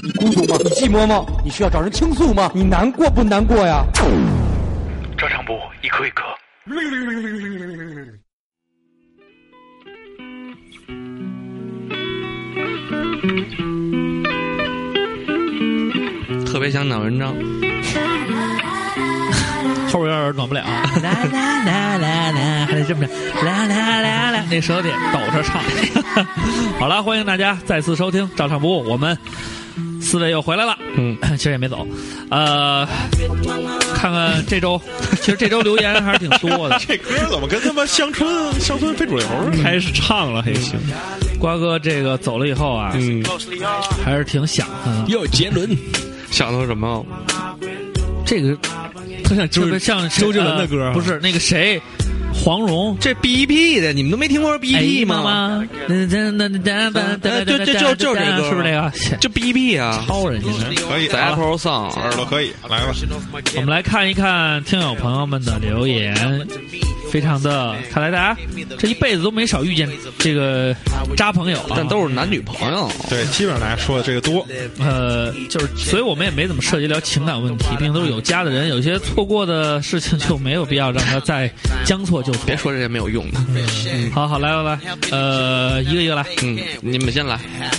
你孤独吗？你寂寞吗？你需要找人倾诉吗？你难过不难过呀？ 照常不一颗一颗。 特别想暖文章， 后边有点暖不了，啦啦啦啦啦，还得这么着，啦啦啦啦，那舌头点抖着唱。好了，欢迎大家再次收听照常不误，我们四位又回来了。其实也没走，看看这周，其实这周留言还是挺多的。 这歌怎么跟他妈乡村非主流开始唱了还行。瓜哥这个走了以后啊，还是挺想的。 又有杰伦， 想到什么？ 这个特像周杰伦的歌，不是那个谁。黄蓉， 这 BEP 的，你们都没听过 BEP 吗？ 就这个，是不是这个？ 就 BEP 啊， 超人现在可以在 Apple Song 耳朵可以来吧。 我们来看一看听友朋友们的留言，非常的，看来大家这一辈子都没少遇见这个渣朋友， 但都是男女朋友。 对，基本上来说的这个多。 就是，所以我们也没怎么涉及聊情感问题，毕竟都是有家的人，有些错过的事情就没有必要让他再将错就错。 别说这些没有用的。 好，来，一个一个来。 你们先来。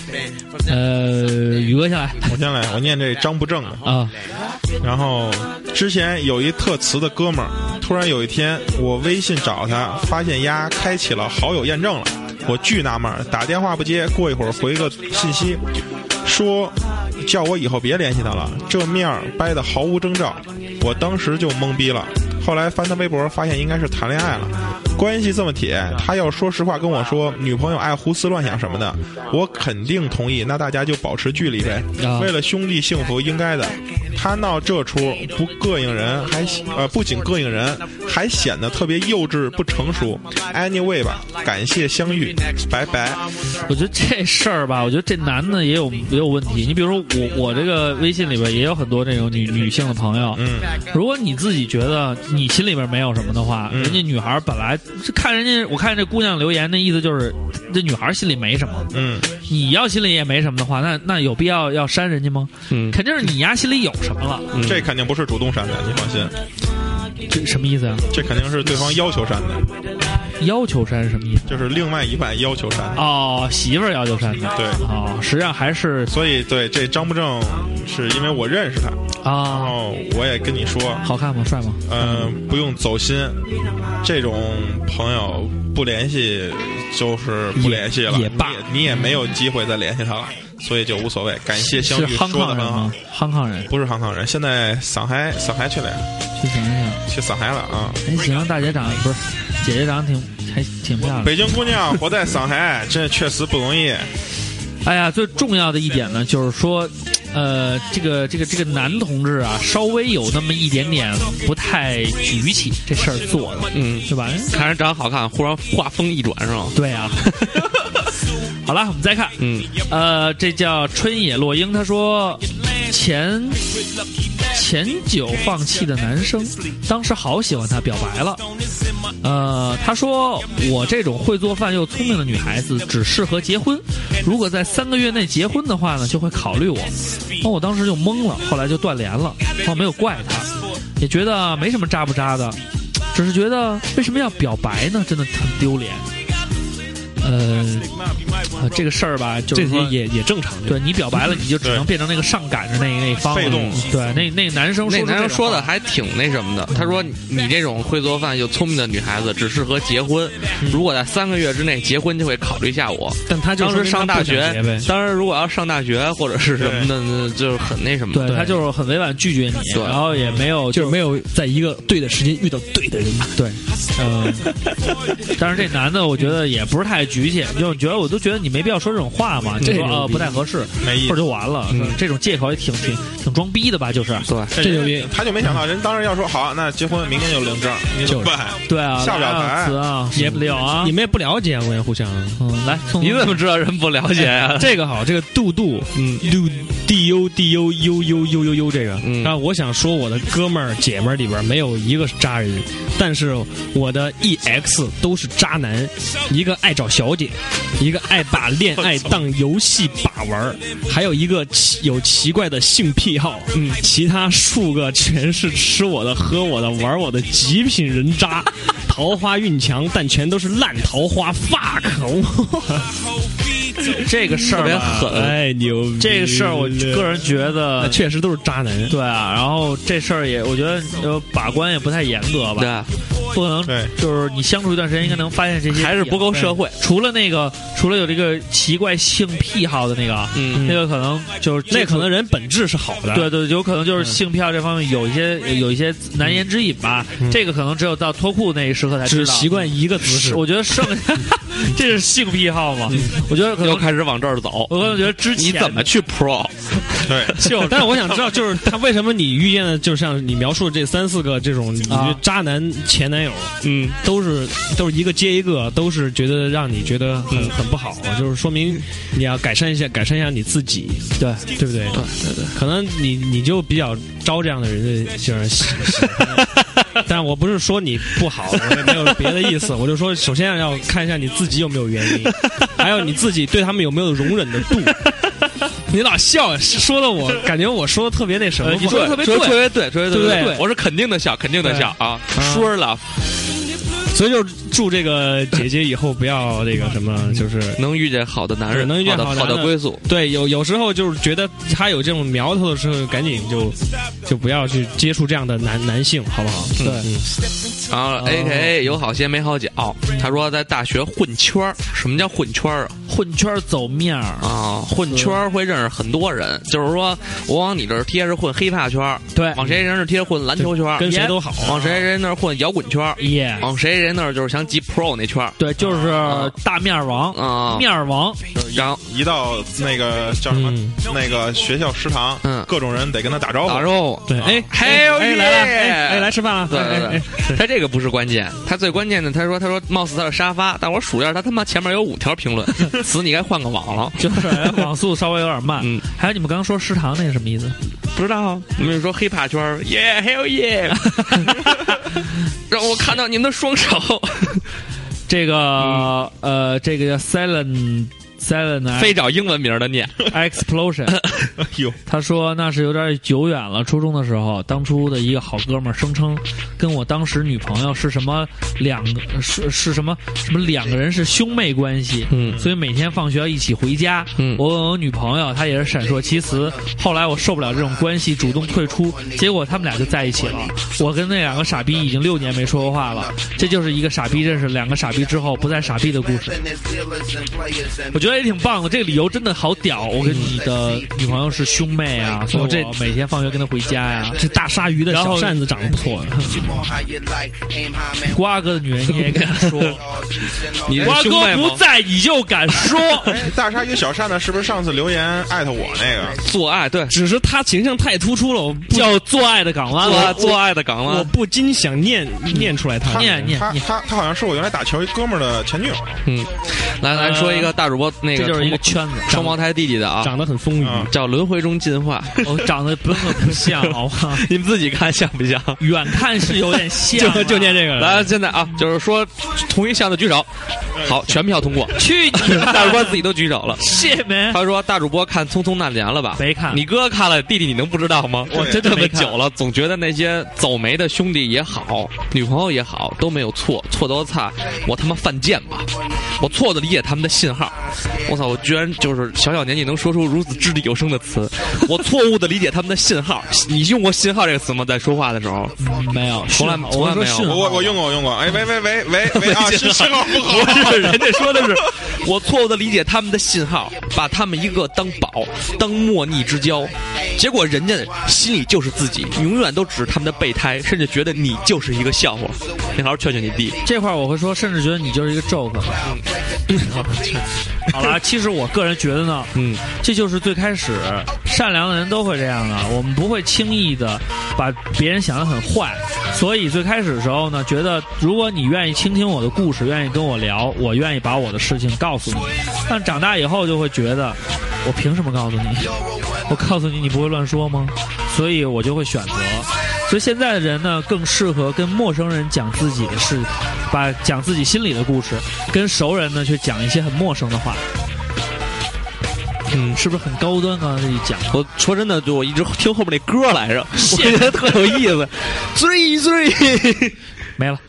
宇哥先来， 我先来，我念这张不正的啊。 然后之前有一特瓷的哥们儿，突然有一天我微信找他，发现丫开启了好友验证了，我巨纳闷，打电话不接，过一会儿回个信息，说叫我以后别联系他了，这面掰得毫无征兆，我当时就懵逼了。后来翻他微博，发现应该是谈恋爱了，关系这么铁，他要说实话跟我说女朋友爱胡思乱想什么的，我肯定同意，那大家就保持距离呗，为了兄弟幸福应该的。他闹这出不膈应人，不仅膈应人，还显得特别幼稚不成熟。Anyway 吧，感谢相遇，拜拜。 我觉得这事儿吧，我觉得这男的也有问题。你比如说我这个微信里边也有很多这种女性的朋友，如果你自己觉得你心里边没有什么的话，人家女孩本来看人家，我看这姑娘留言，那意思就是这女孩心里没什么。你要心里也没什么的话，那有必要要删人家吗？肯定是你丫心里有什么了。 这肯定不是主动删的，你放心。 这什么意思啊？ 这肯定是对方要求删的。 要求删是什么意思？ 就是另外一半要求删的。 哦，媳妇儿要求删的。 对。 哦，实际上还是。 所以对这张不正，是因为我认识他啊，然后我也跟你说， 好看吗？帅吗？ 不用走心，这种朋友不联系就是不联系了， 也罢， 你也没有机会再联系他了，所以就无所谓。感谢相遇，说的很好。 杭康人不是杭康人，现在上海去了呀，去上海了啊。 还行，大姐长得不是姐姐长得还挺漂亮。 北京姑娘活在上海，这确实不容易。 哎呀，最重要的一点呢，就是说，这个男同志啊，稍微有那么一点点不太举起这事儿做的，对吧？ 看人长得好看，忽然画风一转，是吗？ 对啊。好了，我们再看，这叫春野落英，他说前久放弃的男生，当时好喜欢他，表白了。他说我这种会做饭又聪明的女孩子只适合结婚，如果在3个月内结婚的话呢，就会考虑我。那我当时就懵了，后来就断联了。我没有怪他，也觉得没什么渣不渣的，只是觉得为什么要表白呢？真的很丢脸。这个事儿吧，就是说也正常。 对，你表白了，你就只能变成那个上赶着那一方， 被动。 对，那男生说的还挺那什么的。他说你这种会做饭又聪明的女孩子只适合结婚，如果在3个月之内结婚，就会考虑一下我。 但他当时上大学，当然如果要上大学或者是什么的，就是很那什么。 对，他就是很委婉拒绝你，然后也没有就是没有在一个对的时间遇到对的人。 对，但是这男的我觉得也不是太局气，就觉得我都觉得你没必要说这种话嘛，就说不太合适，或者就完了。这种借口也挺装逼的吧，就是对， 这就他就没想到人当时要说好，那结婚明天就领证，你怎么办？ 对啊， 下不了台啊，也不了啊， 你们也不了解，我也互相。 来， 你怎么知道人不了解呀？ 这个好，这个杜， DUDUUUUU 这个，然后我想说我的哥们儿姐们儿里边没有一个是渣人，但是我的 EX 都是渣男，一个爱找小姐，一个爱把恋爱当游戏把玩，还有一个有奇怪的性癖好，其他数个全是吃我的、喝我的、玩我的极品人渣，桃花运强，但全都是烂桃花 fuck 这个事儿特别狠， 哎牛逼！ 这个事儿我个人觉得确实都是渣男。 对啊，然后这事儿也我觉得把关也不太严格吧， 对， 不可能就是你相处一段时间应该能发现这些， 还是不够社会。 除了有这个奇怪性癖好的那个，那个可能就是那可能人本质是好的， 对，有可能就是性癖好这方面有一些难言之隐吧。这个可能只有到脱裤那一时刻才知道， 只习惯一个姿势。 我觉得剩下这是性癖好嘛？我觉得可能又开始往这儿走。 我可能觉得之前你怎么去 Pro？ 对， 但是我想知道，就是他为什么你遇见的，就像你描述的这3-4个这种渣男前男友，都是一个接一个，都是觉得让你觉得很不好，就是说明你要改善一下你自己，对不对？对，可能你就比较招这样的人的就是喜欢。但我不是说你不好，我也没有别的意思，我就说首先要看一下你自己有没有原因，还有你自己对他们有没有容忍的度。你老笑，说的我感觉我说的特别那什么， 你说的特别对，我是肯定的笑啊，sure love。 所以就祝这个姐姐以后不要这个什么，就是能遇见好的男人， 能遇见好的归宿。 对，有时候就是觉得他有这种苗头的时候，赶紧就不要去接触这样的男性，好不好？对。 然后 AKA 有好鞋没好脚，他说在大学混圈儿。什么叫混圈儿啊？ 混圈儿走面儿啊，混圈儿会认识很多人，就是说我往你这儿贴是混黑怕圈儿， 对， 往谁人那儿贴混篮球圈儿， 跟谁都好； 往谁人那儿混摇滚圈儿，往谁人那儿就是想挤 Pro 那圈儿， 对，就是大面王啊， 面王。 然后一到那个叫什么那个学校食堂，各种人得跟他打招呼， 对， 来了，来吃饭了， 对，他这个不是关键，他最关键的，他说貌似他是沙发，但我数一下，他妈前面有5条评论，词你该换个网了， 就是网速稍微有点慢。还有你们刚刚说食堂那个什么意思？ 不知道，你们说黑怕圈，hell yeah， 让我看到你们的双手。 这个这个叫 silent 非找英文名的念 explosion。他说那是有点久远了，初中的时候，当初的一个好哥们儿声称跟我当时女朋友是什么是什么2个人是兄妹关系，所以每天放学要一起回家。我问我女朋友，她也是闪烁其词。后来我受不了这种关系，主动退出，结果他们俩就在一起了。我跟那2个傻逼已经6年没说过话了。这就是一个傻逼认识2个傻逼之后不再傻逼的故事。我觉得也挺棒的，这个理由真的好屌。我跟你的女朋友是兄妹啊，所以我每天放学跟她回家呀。 这大鲨鱼的小扇子长得不错。 瓜哥的女人你也敢说？ 你瓜哥不在你就敢说？ 大鲨鱼小扇子是不是上次留言艾特我那个做爱？对， 只是他形象太突出了，我叫做爱的港湾， 做爱的港湾， 我不禁想念出来他好像是我原来打球一哥们儿的前女友。 来说一个大主播。那个这就是一个圈子， 双胞胎弟弟的啊， 长得很丰腴， 叫轮回中进化。 长得不像，好吧？ 你们自己看像不像？ 远看是有点像。 就念这个。 来，现在啊，就是说同意项的举手。好，全票通过。 去你！ 大主播自己都举手了。 谢没？ 他说大主播看《匆匆那年》了吧？ 没看。 你哥看了，弟弟你能不知道吗？我真这么久了，总觉得那些走霉的兄弟也好，女朋友也好，都没有错都差。我他妈犯贱吧？我错的理解他们的信号。我操！我居然就是小年纪能说出如此掷地有声的词。我错误的理解他们的信号。你用过信号这个词吗？在说话的时候？ 没有， 从来没有。 我用过。哎，喂啊！信号不好。 不是，人家说的是我错误的理解他们的信号，把他们一个当宝，当莫逆之交。结果人家心里就是自己，永远都只是他们的备胎，甚至觉得你就是一个笑话。你好好劝劝你弟。 这块我会说，甚至觉得你就是一个 joke。好了，其实我个人觉得呢，这就是最开始善良的人都会这样的，我们不会轻易的把别人想得很坏，所以最开始的时候呢，觉得如果你愿意倾听我的故事，愿意跟我聊，我愿意把我的事情告诉你，但长大以后就会觉得，我凭什么告诉你？ 我告诉你，你不会乱说吗？所以我就会选择。所以现在的人呢，更适合跟陌生人讲自己的事，讲自己心里的故事，跟熟人呢却讲一些很陌生的话。是不是很高端？刚才这一讲， 我说真的，就我一直听后面那歌来着，我觉得特有意思。3 没了。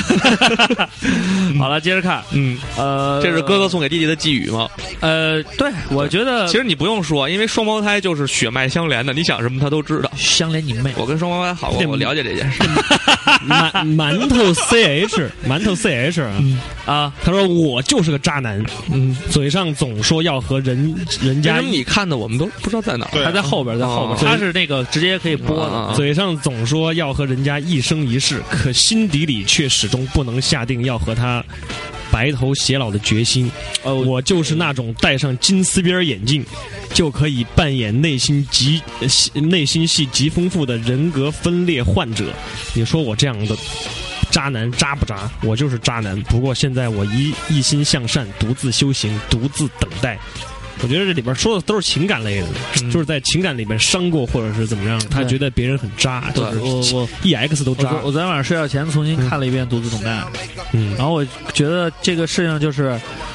好了，接着看。 这是哥哥送给弟弟的寄语吗？ 对，我觉得其实你不用说，因为双胞胎就是血脉相连的，你想什么他都知道。 相连你妹！ 我跟双胞胎好过，我了解这件事。 馒头 CH 啊，他说我就是个渣男，嘴上总说要和人家， 为什么你看的我们都不知道在哪儿？ 他在后边，他是那个直接可以播的。 嘴上总说要和人家一生一世，可心底里却始终不能下定要和他白头偕老的决心。我就是那种戴上金丝边眼镜就可以扮演内心戏极丰富的人格分裂患者。你说我这样的渣男渣不渣？我就是渣男。不过现在我一心向善，独自修行，独自等待。我觉得这里边说的都是情感类的，就是在情感里面伤过或者是怎么样，他觉得别人很渣，就是我 EX 都渣。 我昨天晚上睡觉前重新看了一遍《独自等待》，然后我觉得这个事情就是，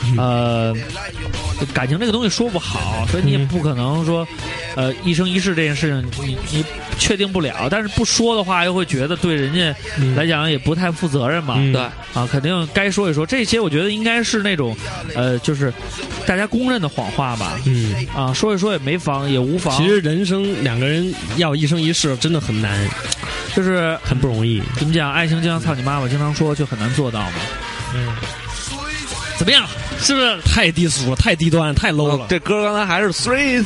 感情这个东西说不好，所以你也不可能说，一生一世这件事情你确定不了，但是不说的话又会觉得对人家来讲也不太负责任嘛，对啊，肯定该说一说。这些我觉得应该是那种，就是大家公认的谎话吧，说一说也没妨，也无妨。 其实人生两个人要一生一世真的很难， 就是很不容易。 怎么讲？爱情就像操你妈妈经常说，却很难做到嘛。怎么样？是不是太低俗了、太低端、太 low 了？ 这歌刚才还是3，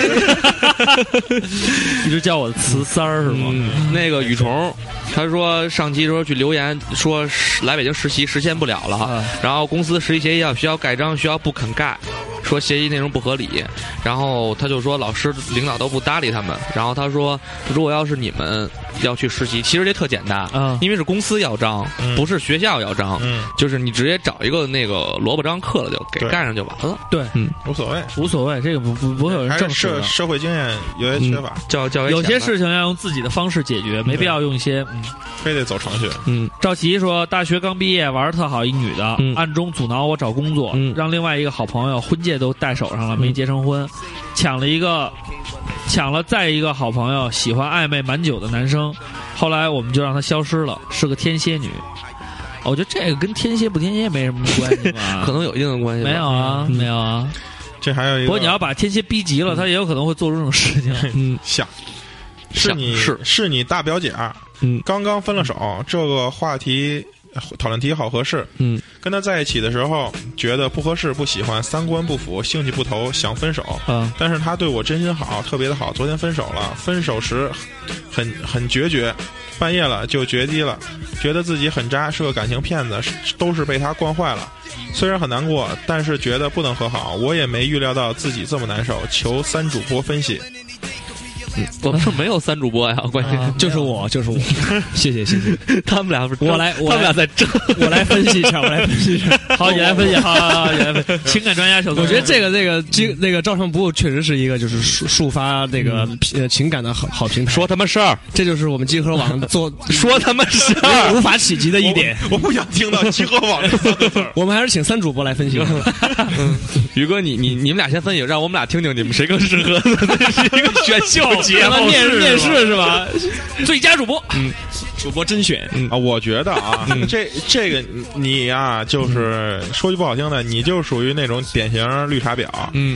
一直叫我的词三儿是吗？ 那个雨虫，他说上期说去留言说来北京实习实现不了了，然后公司实习协议要学校盖章，学校不肯盖。说协议内容不合理，然后他就说老师领导都不搭理他们，然后他说如果要是你们要去实习，其实这特简单，因为是公司要章，不是学校要章，就是你直接找一个那个萝卜章刻了就给盖上就完了。 对，无所谓，这个不会有人正视的。 社会经验有些缺乏， 有些事情要用自己的方式解决，没必要用一些非得走程序。 赵琦说大学刚毕业玩得特好，一女的暗中阻挠我找工作，让另外一个好朋友婚戒都戴手上了，没结成婚，抢了再一个好朋友喜欢暧昧蛮久的男生，后来我们就让他消失了，是个天蝎女。我觉得这个跟天蝎不天蝎没什么关系吧， 可能有一定的关系。 没有啊，没有啊。 这还有一个， 不过你要把天蝎逼急了，他也有可能会做出这种事情。 像是你大表姐，刚刚分了手，这个话题讨论题好合适，跟他在一起的时候觉得不合适、不喜欢、三观不符、兴趣不投，想分手。但是他对我真心好，特别的好。昨天分手了，分手时很决绝，半夜了就决堤了，觉得自己很渣，是个感情骗子，都是被他惯坏了。虽然很难过，但是觉得不能和好。我也没预料到自己这么难受，求三主播分析。 我们是没有三主播呀，关键就是我，谢谢。 他们俩他们俩在争，我来分析一下。 好，你来分析，好，你来分析。情感专家小组， 我觉得这个照常不误确实是一个就是抒发这个情感的好平台。 说他妈事儿， 这就是我们集合网做说他妈事儿无法企及的一点。 我不想听到集合网这三个字。 我们还是请三主播来分析。 宇哥，你们俩先分析，让我们俩听听你们谁更适合。这是一个选秀。 面试是吧？ 最佳主播， 主播甄选啊！我觉得啊，这个你呀，就是说句不好听的，你就属于那种典型绿茶婊。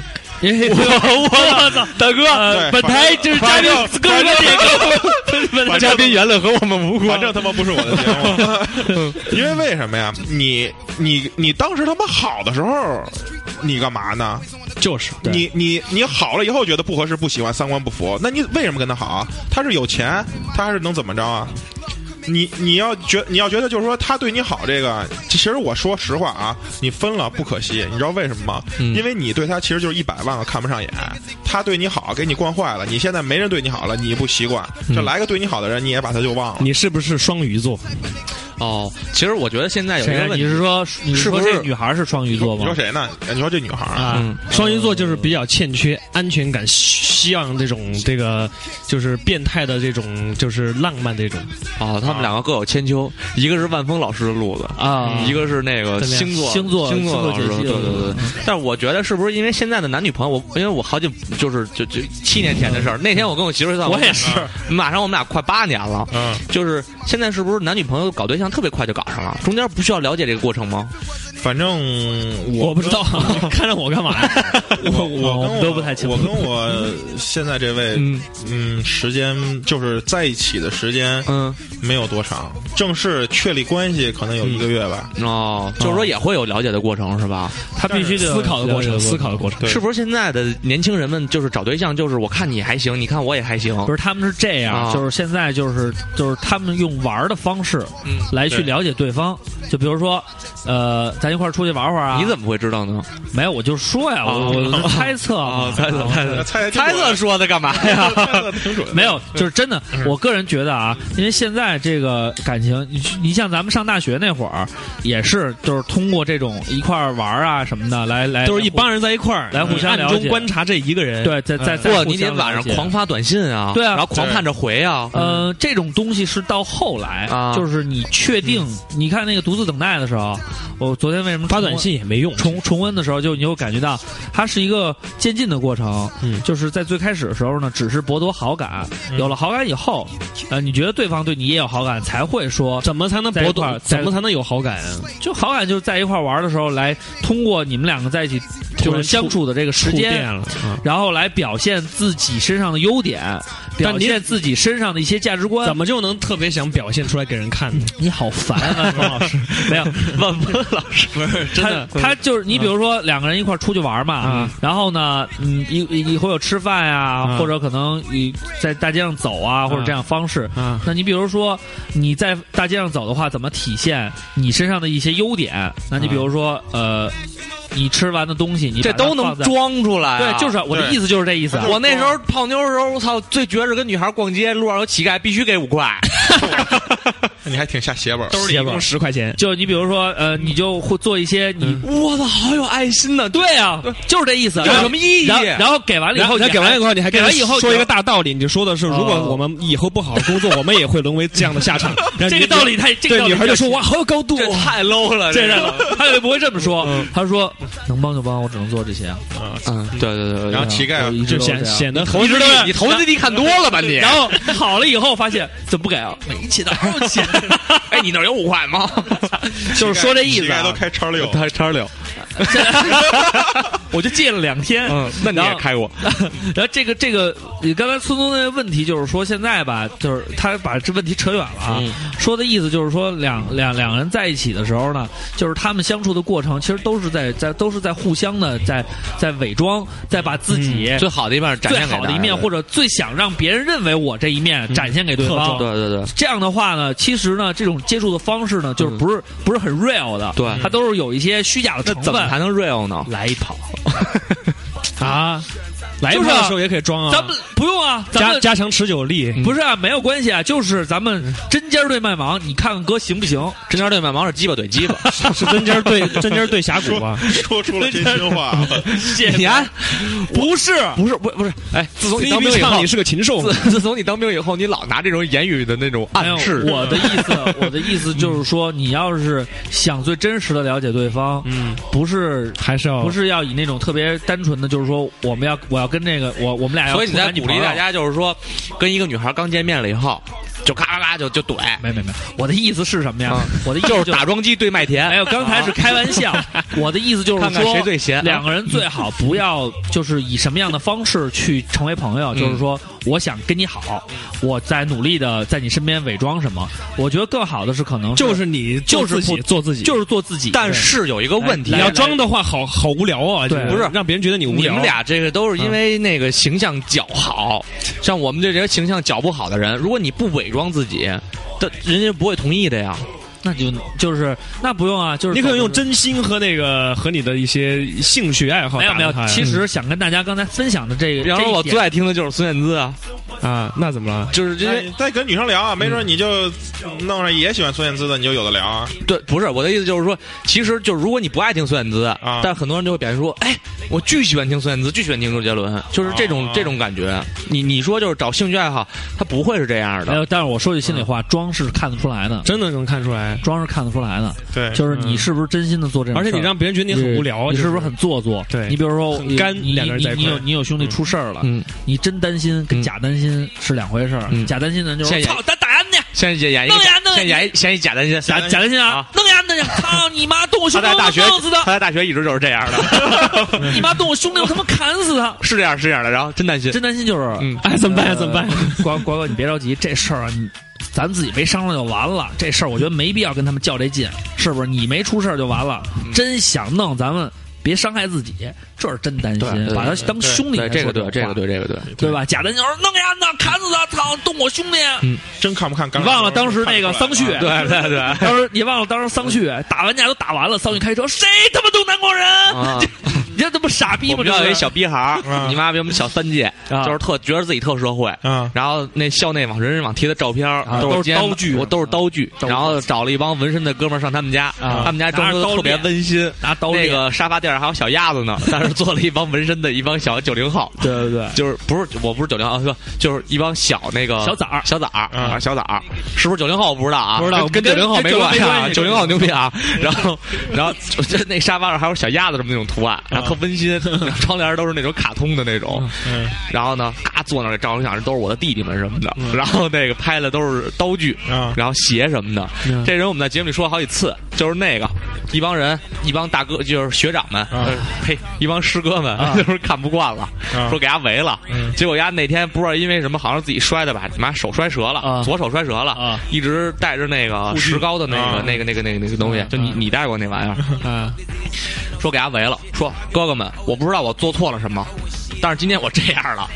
我操，大哥，本台就是嘉宾个人点歌， 嘉宾原来和我们无关， 反正他妈不是我的节目。因为为什么呀？你当时他妈好的时候，你干嘛呢？ 就是你好了以后觉得不合适、不喜欢、三观不符，那你为什么跟他好啊？他是有钱，他还是能怎么着啊？你要觉得就是说他对你好，这个其实我说实话啊，你分了不可惜，你知道为什么吗？因为你对他其实就是100万个看不上眼，他对你好给你惯坏了，你现在没人对你好了，你不习惯，这来个对你好的人，你也把他就忘了。 你是不是双鱼座？ 哦，其实我觉得现在有一个问题， 你是说这女孩是双鱼座吗？ 你说谁呢？你说这女孩啊， 双鱼座就是比较欠缺安全感， 激昂这个就是变态的这种就是浪漫这种。 哦，他们两个各有千秋，一个是万峰老师的路子啊， 一个是那个星座老师。对。但是我觉得是不是因为现在的男女朋友，因为我好久就7年前的事儿，那天我跟我媳妇儿， 我也是， 马上我们俩快8年了，就是现在是不是男女朋友搞对象特别快就搞上了，中间不需要了解这个过程吗？ 反正我不知道，看着我干嘛呀？ 我都不太清楚。 我跟我现在这位，时间就是在一起的时间，没有多长，正式确立关系可能有1个月吧。 哦，就是说也会有了解的过程是吧？ 他必须得思考的过程， 是不是现在的年轻人们就是找对象，就是我看你还行，你看我也还行？ 不是，他们是这样，就是现在就是他们用玩的方式，来去了解对方。就比如说，咱一块儿出去玩会儿啊。 你怎么会知道呢？ 没有，我就说呀，我猜测啊， 猜测说的干嘛呀？ 挺准。 没有，就是真的。我个人觉得啊，因为现在这个感情，你像咱们上大学那会儿，也是就是通过这种一块儿玩啊什么的，来都是一帮人在一块儿来互相了解， 暗中观察这一个人。 对，在你得晚上狂发短信啊， 对啊， 然后狂盼着回啊。 这种东西是到后来，就是你确定，你看那个独自等待的时候，我昨天为什么发短信也没用？ 重温的时候，就你会感觉到它是一个渐进的过程。就是在最开始的时候呢，只是博得好感，有了好感以后，你觉得对方对你也有好感，才会说怎么才能博得，怎么才能有好感啊？ 就好感就是在一块玩的时候，来通过你们两个在一起就是相处的这个时间，然后来表现自己身上的优点，表现自己身上的一些价值观。 怎么就能特别想表现出来给人看呢？ 你好烦啊，万峰老师！没有，万峰老师不是真的，他就是你比如说两个人一块出去玩嘛，然后呢，一会有吃饭呀，或者可能在大街上走啊，或者这样方式。那你比如说你在大街上走的话，怎么体现你身上的一些优点？那你比如说你吃完的东西，你这都能装出来。 对，就是我的意思，就是这意思。 我那时候泡妞的时候，我操，最觉着跟女孩逛街，路上有乞丐，必须给5块。 你还挺下血本， 兜里一共10块钱。 就你比如说，你就会做一些我操，好有爱心呢。 对啊，就是这意思。 有什么意义？ 然后给完了以后， 给完以后，你还给完以后说一个大道理，你就说的是，如果我们以后不好好工作，我们也会沦为这样的下场。 这个道理太， 对女孩就说哇，好有高度， 这太 low 了。 这他也不会这么说，他说能帮就帮，我只能做这些。对。 然后乞丐就显得你投资看多了吧你？ 然后好了以后发现怎么不给啊？没钱哪有钱？ 哎，你那儿有5块吗？ 就是说这意思。 都开叉6， 开叉6。 我就借了2天。 那你也开过。 然后这个，你刚才孙总那个问题就是说，现在吧，就是他把这问题扯远了啊。说的意思就是说，两个人在一起的时候呢，就是他们相处的过程，其实都是在互相的在伪装，在把自己最好的一面展现给最好的一面，或者最想让别人认为我这一面展现给对方。 对。 这样的话呢，其实呢，这种接触的方式呢，就是不是很 real 的。 对， 它都是有一些虚假的成分。 怎么才能 real 呢？ 来一炮啊！来一炮的时候也可以装啊， 咱们不用啊， 加强持久力。 不是啊，没有关系啊，就是咱们针尖对麦芒，你看看哥行不行？ 针尖对麦芒是鸡巴对鸡巴， 是针尖对峡谷吧？ 说出了真心话。 你啊， 不是， 哎，自从你当兵以后， 你是个禽兽。 自从你当兵以后，你老拿这种言语的那种暗示。 我的意思就是说，你要是想最真实的了解对方，不是要以那种特别单纯的，就是说我要跟这个我们俩要。 所以你在鼓励大家，就是说，跟一个女孩刚见面了以后，就咔咔咔就怼。 没，我的意思是什么呀？我的意思就是打桩机对麦田。 没有，刚才是开玩笑。我的意思就是说， 看看谁最闲。 两个人最好不要就是以什么样的方式去成为朋友，就是说，我想跟你好，我在努力的在你身边伪装什么。我觉得更好的是可能就是你就是做自己， 就是做自己。 但是有一个问题， 你要装的话，好无聊啊！ 对， 不是让别人觉得你无聊。 你们俩这个都是因为那个形象较好，像我们这些形象较不好的人，如果你不伪装自己，人家不会同意的呀。 那就是那不用啊，就是你可以用真心和你的一些兴趣爱好。 没有，其实想跟大家刚才分享的这个， 然后我最爱听的就是孙燕姿啊， 啊，那怎么了？ 就是因为再跟女生聊啊，没准你就弄上也喜欢孙燕姿的，你就有的聊啊。 对，不是我的意思就是说，其实就是如果你不爱听孙燕姿啊， 但是很多人就会表现说，哎，我巨喜欢听孙燕姿，巨喜欢听周杰伦，就是这种感觉。你说就是找兴趣爱好，他不会是这样的。 但是我说句心里话，装是看得出来的， 真的能看出来， 装是看得出来的。 对， 就是你是不是真心的做这种事， 而且你让别人觉得你很无聊， 你是不是很做作？ 对， 你比如说很干，两个人在一块你有兄弟出事儿了，你真担心跟假担心是两回事儿。假担心的就是操，咱打人去， 现在演一假担心， 假担心啊，弄人的去，操你妈，动我兄弟，我弄死他。 他在大学一直就是这样的， 你妈动我兄弟，我他妈砍死他。 是这样的，然后真担心就是哎，怎么办？ 瓜哥，你别着急，这事儿啊，咱自己没商量就完了。这事儿我觉得没必要跟他们较这劲，是不是？你没出事儿就完了。真想弄，咱们别伤害自己，这是真担心，把他当兄弟。 这个对， 对吧？假担心，弄呀呢，砍死他，操，动我兄弟。 真看不看？ 你忘了当时那个桑旭？ 对。 当时你忘了当时桑旭打完架都打完了，桑旭开车，谁他妈动南国人？你这他妈傻逼吗？ 我们有一小逼孩儿，你妈比我们小3届，就是觉得自己特社会，然后那校内人人网贴的照片都是刀具，都是刀具，然后找了一帮纹身的哥们儿上他们家，他们家装修的特别温馨， 拿刀那个沙发垫上还有小鸭子呢，但是做了一帮纹身的一帮小90后， 对， 就是我不是90后，就是一帮小那个小崽儿， 小崽儿，是不是90后不知道啊？ 不知道， 跟90后没关系啊，90后牛逼啊！然后那沙发上还有小鸭子什么那种图案，然后特温馨，窗帘都是那种卡通的那种，然后呢，坐那照相想都是我的弟弟们什么的，然后那个拍的都是刀具，然后鞋什么的。这人我们在节目里说了好几次，就是那个一帮大哥，就是学长们，一帮师哥们，就是看不惯了，说给他围了。结果那天不知道因为什么，好像自己摔的吧，妈手摔折了，左手摔折了，一直带着那个石膏的那个东西，就你带过那玩意儿，说给他围了，说哥哥们，我不知道我做错了什么，但是今天我这样了。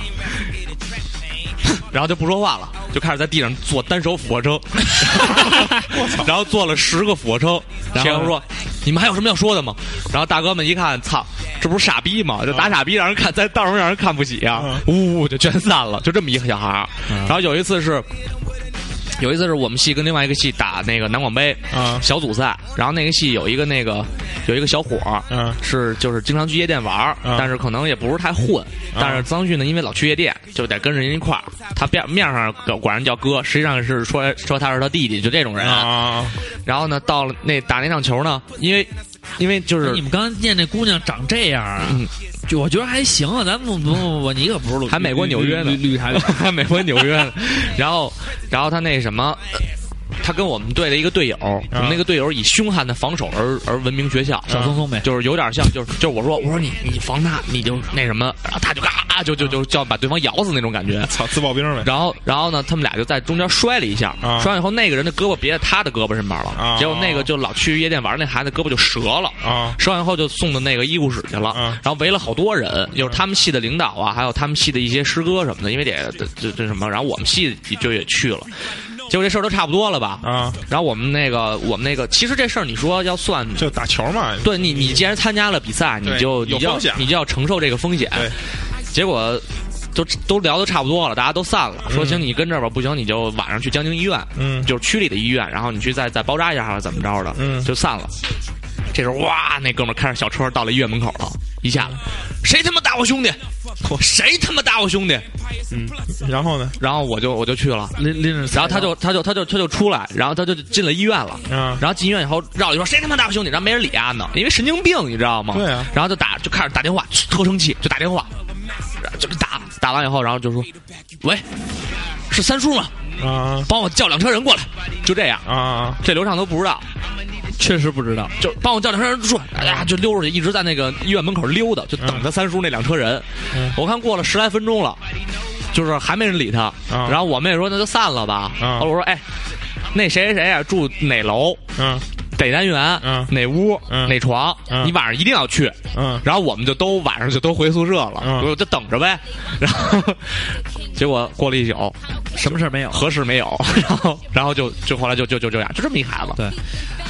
然后就不说话了，就开始在地上做单手俯卧撑，然后做了10个俯卧撑。然后说：“你们还有什么要说的吗？”然后大哥们一看，操，这不是傻逼吗？就打傻逼，让人看，在道上让人看不起啊！呜，就全散了，就这么一个小孩。然后有一次是我们系跟另外一个系打那个南广杯小组赛，然后那个系有一个小伙是就是经常去夜店玩，但是可能也不是太混，但是张旭呢因为老去夜店就得跟人一块儿，他面上管人叫哥，实际上是说他是他弟弟，就这种人。然后呢到了打那场球呢，因为就是你们刚才见那姑娘长这样啊，就我觉得还行啊，咱们不，你可不是还美国纽约呢， 绿茶， 还美国纽约呢。然后他那什么，他跟我们队的一个队友，我们那个队友以凶悍的防守而闻名学校， 小松松呗， 就是有点像，就是我说你防他，你就那什么，然后他就嘎就叫把对方咬死那种感觉， 操，自爆兵呗。 然后呢，他们俩就在中间摔了一下，摔完以后那个人的胳膊别在他的胳膊上面了，结果那个就老去夜店玩那孩子胳膊就折了，折完以后就送到那个医务室去了，然后围了好多人，就是他们系的领导啊，还有他们系的一些师哥什么的，因为这什么，然后我们系就也去了。结果这事儿都差不多了吧？然后我们那个，其实这事儿你说要算就打球嘛， 对你既然参加了比赛，你就要承受这个风险。结果都聊得差不多了，大家都散了，说行你跟这儿吧，不行你就晚上去江宁医院，就是区里的医院，然后你去再包扎一下还是怎么着的，就散了。这时候哇，那哥们儿开着小车到了医院门口了，一下子，谁他妈打我兄弟？谁他妈打我兄弟？ 然后呢？ 然后我就去了，然后他就出来，然后他就进了医院了，然后进医院以后绕里说谁他妈打我兄弟？然后没人理他呢，因为神经病你知道吗？ 对啊。 然后就开始打电话，特生气，就打电话，就打完以后，然后就说，喂，是三叔吗？帮我叫2车人过来，就这样这刘畅都不知道。 确实不知道， 就帮我叫2车人说，哎呀，就溜出去，一直在那个医院门口溜达，就等着三叔那2车人。我看过了10来分钟了，就是还没人理他。然后我们也说那就散了吧。我说哎，那谁啊住哪楼？哪单元？哪屋？哪床？你晚上一定要去。然后我们就晚上就都回宿舍了，我就等着呗。然后结果过了一宿， 什么事没有， 何事没有。然后就后来就这样，就这么一孩子。 对。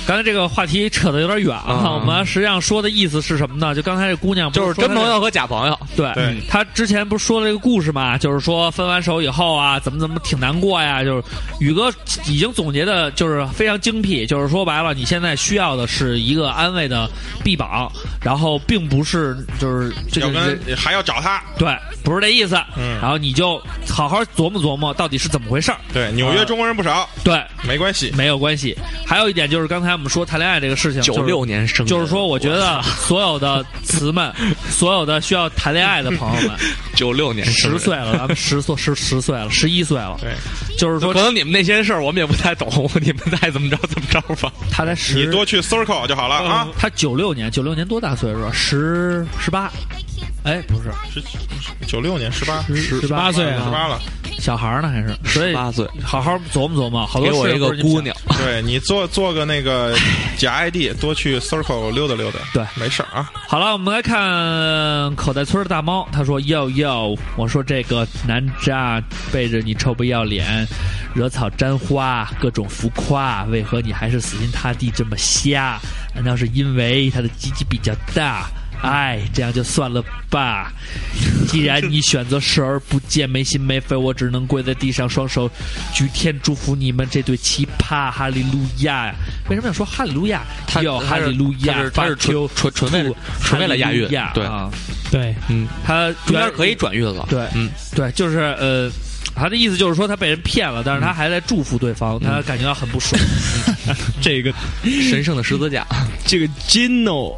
刚才这个话题扯得有点远啊，我们实际上说的意思是什么呢？就刚才这姑娘就是真朋友和假朋友。 对，她之前不是说了这个故事嘛，就是说分完手以后啊，怎么挺难过呀。就是宇哥已经总结的，就是非常精辟，就是说白了，你现在需要的是一个安慰的臂膀，然后并不是就是这个还要找他， 对，不是这意思。然后你就好好琢磨琢磨到底是怎么回事儿。 对，纽约中国人不少， 对， 没关系， 没有关系。还有一点就是刚才我们说谈恋爱这个事情 ，96年生， 就是说我觉得所有的词们，所有的需要谈恋爱的朋友们 ，96年 10岁了，咱们10岁了，11岁了， 对， 就是说可能你们那些事儿我们也不太懂，你们爱怎么着怎么着吧。 他才你多去 Circle 就好了啊。 他96年多大岁数？18。哎，不是 ，96年 18岁啊 ，18了， 小孩呢还是？所以 18岁， 好好琢磨琢磨，好多给我一个姑娘， 对你做个那个假 ID， 多去 Circle 溜达溜达， 对， 没事啊。 好了，我们来看口袋村的大猫，他说哟，我说这个男渣背着你臭不要脸，惹草沾花，各种浮夸，为何你还是死心塌地这么瞎？难道是因为他的鸡鸡比较大？哎，这样就算了吧。既然你选择视而不见，没心没肺，我只能跪在地上，双手举天，祝福你们这对奇葩，哈利路亚！为什么要说哈利路亚？ 他哈利路亚， 他是纯为了押韵，对啊， 对， 他中间可以转韵了， 对，对，就是他的意思就是说他被人骗了，但是他还在祝福对方，他感觉到很不爽。 这个神圣的十字架， 这个 Gino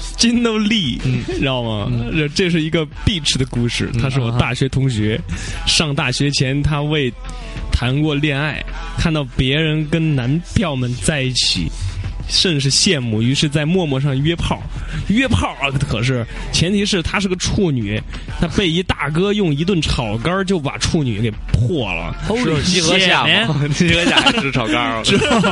Lee， 知道吗？这是一个 Beach 的故事，他是我大学同学。上大学前，他未谈过恋爱，看到别人跟男票们在一起，甚是羡慕，于是在陌陌上约炮啊！可是前提是她是个处女，她被一大哥用一顿炒肝就把处女给破了。 是集合下吗？集合下吃炒肝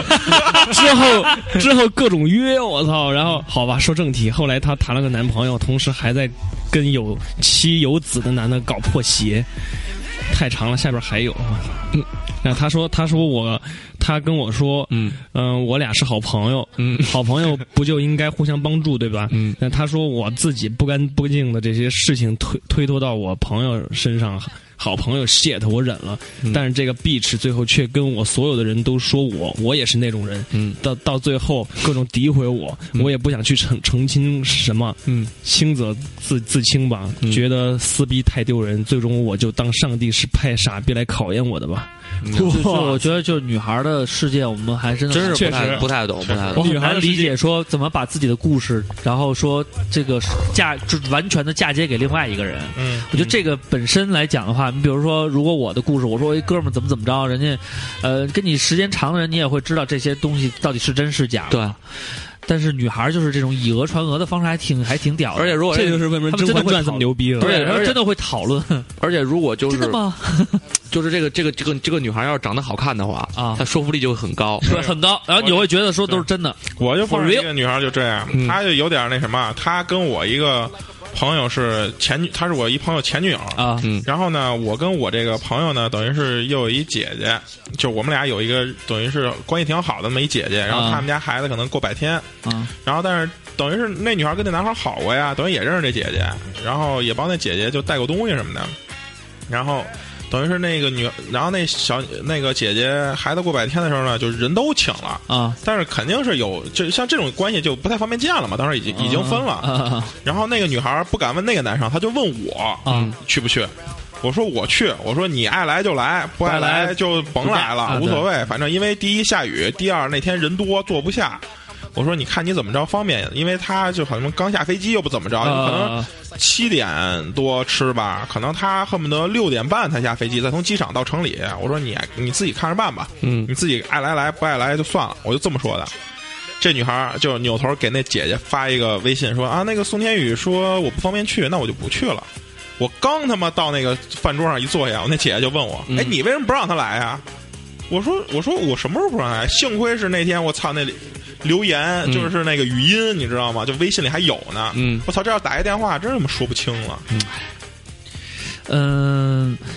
之后各种约，我操！然后好吧，说正题，后来她谈了个男朋友，同时还在跟有妻有子的男的搞破鞋。太长了，下边还有。那他跟我说，我俩是好朋友，好朋友不就应该互相帮助，对吧？那他说我自己不干不净的这些事情推脱到我朋友身上，好朋友 shit 我忍了，但是这个 Beach 最后却跟我所有的人都说我也是那种人，到最后各种诋毁我，我也不想去澄清什么，清则自清吧，觉得撕逼太丢人，最终我就当上帝是派傻逼来考验我的吧。 我觉得就是女孩的世界，我们还真是不太懂。 我很难理解说怎么把自己的故事，然后说这个完全的嫁接给另外一个人。我觉得这个本身来讲的话，你比如说，如果我的故事，我说一哥们怎么着，人家跟你时间长的人，你也会知道这些东西到底是真是假。 对。 但是女孩就是这种以讹传讹的方式还挺屌的， 而且如果这就是为什么《甄嬛传》这么牛逼了， 而且真的会讨论。 而且如果就是真的吗？ 就是这个女孩要是长得好看的话啊，她说服力就会很高， 对，很高。然后你会觉得说都是真的。 我就碰上一个女孩就这样，她就有点那什么，她跟我一个朋友是她是我一朋友前女友啊。 然后呢，我跟我这个朋友呢，等于是又有一姐姐，就我们俩有一个等于是关系挺好的那么一姐姐，然后他们家孩子可能过100天，然后但是等于是那女孩跟那男孩好过呀，等于也认识这姐姐，然后也帮那姐姐就带过东西什么的，然后等于是那个然后那个姐姐孩子过100天的时候呢，就人都请了啊，但是肯定是就像这种关系就不太方便见了嘛，当时已经分了，然后那个女孩不敢问那个男生，她就问我去不去。我说我去，我说你爱来就来，不爱来就甭来了，无所谓，反正因为第一下雨，第二那天人多坐不下。我说你看你怎么着方便，因为他就好像刚下飞机又不怎么着，可能7点多吃吧，可能他恨不得6点半才下飞机，再从机场到城里。我说你自己看着办吧，你自己爱来来，不爱来就算了，我就这么说的。这女孩就扭头给那姐姐发一个微信说啊，那个宋天宇说我不方便去，那我就不去了。我刚他妈到那个饭桌上一坐下，我那姐姐就问我，哎，你为什么不让他来啊？我说我什么时候不让他来？幸亏是那天我操那留言就是那个语音，你知道吗？就微信里还有呢。我操，这要打一电话，真他妈说不清了。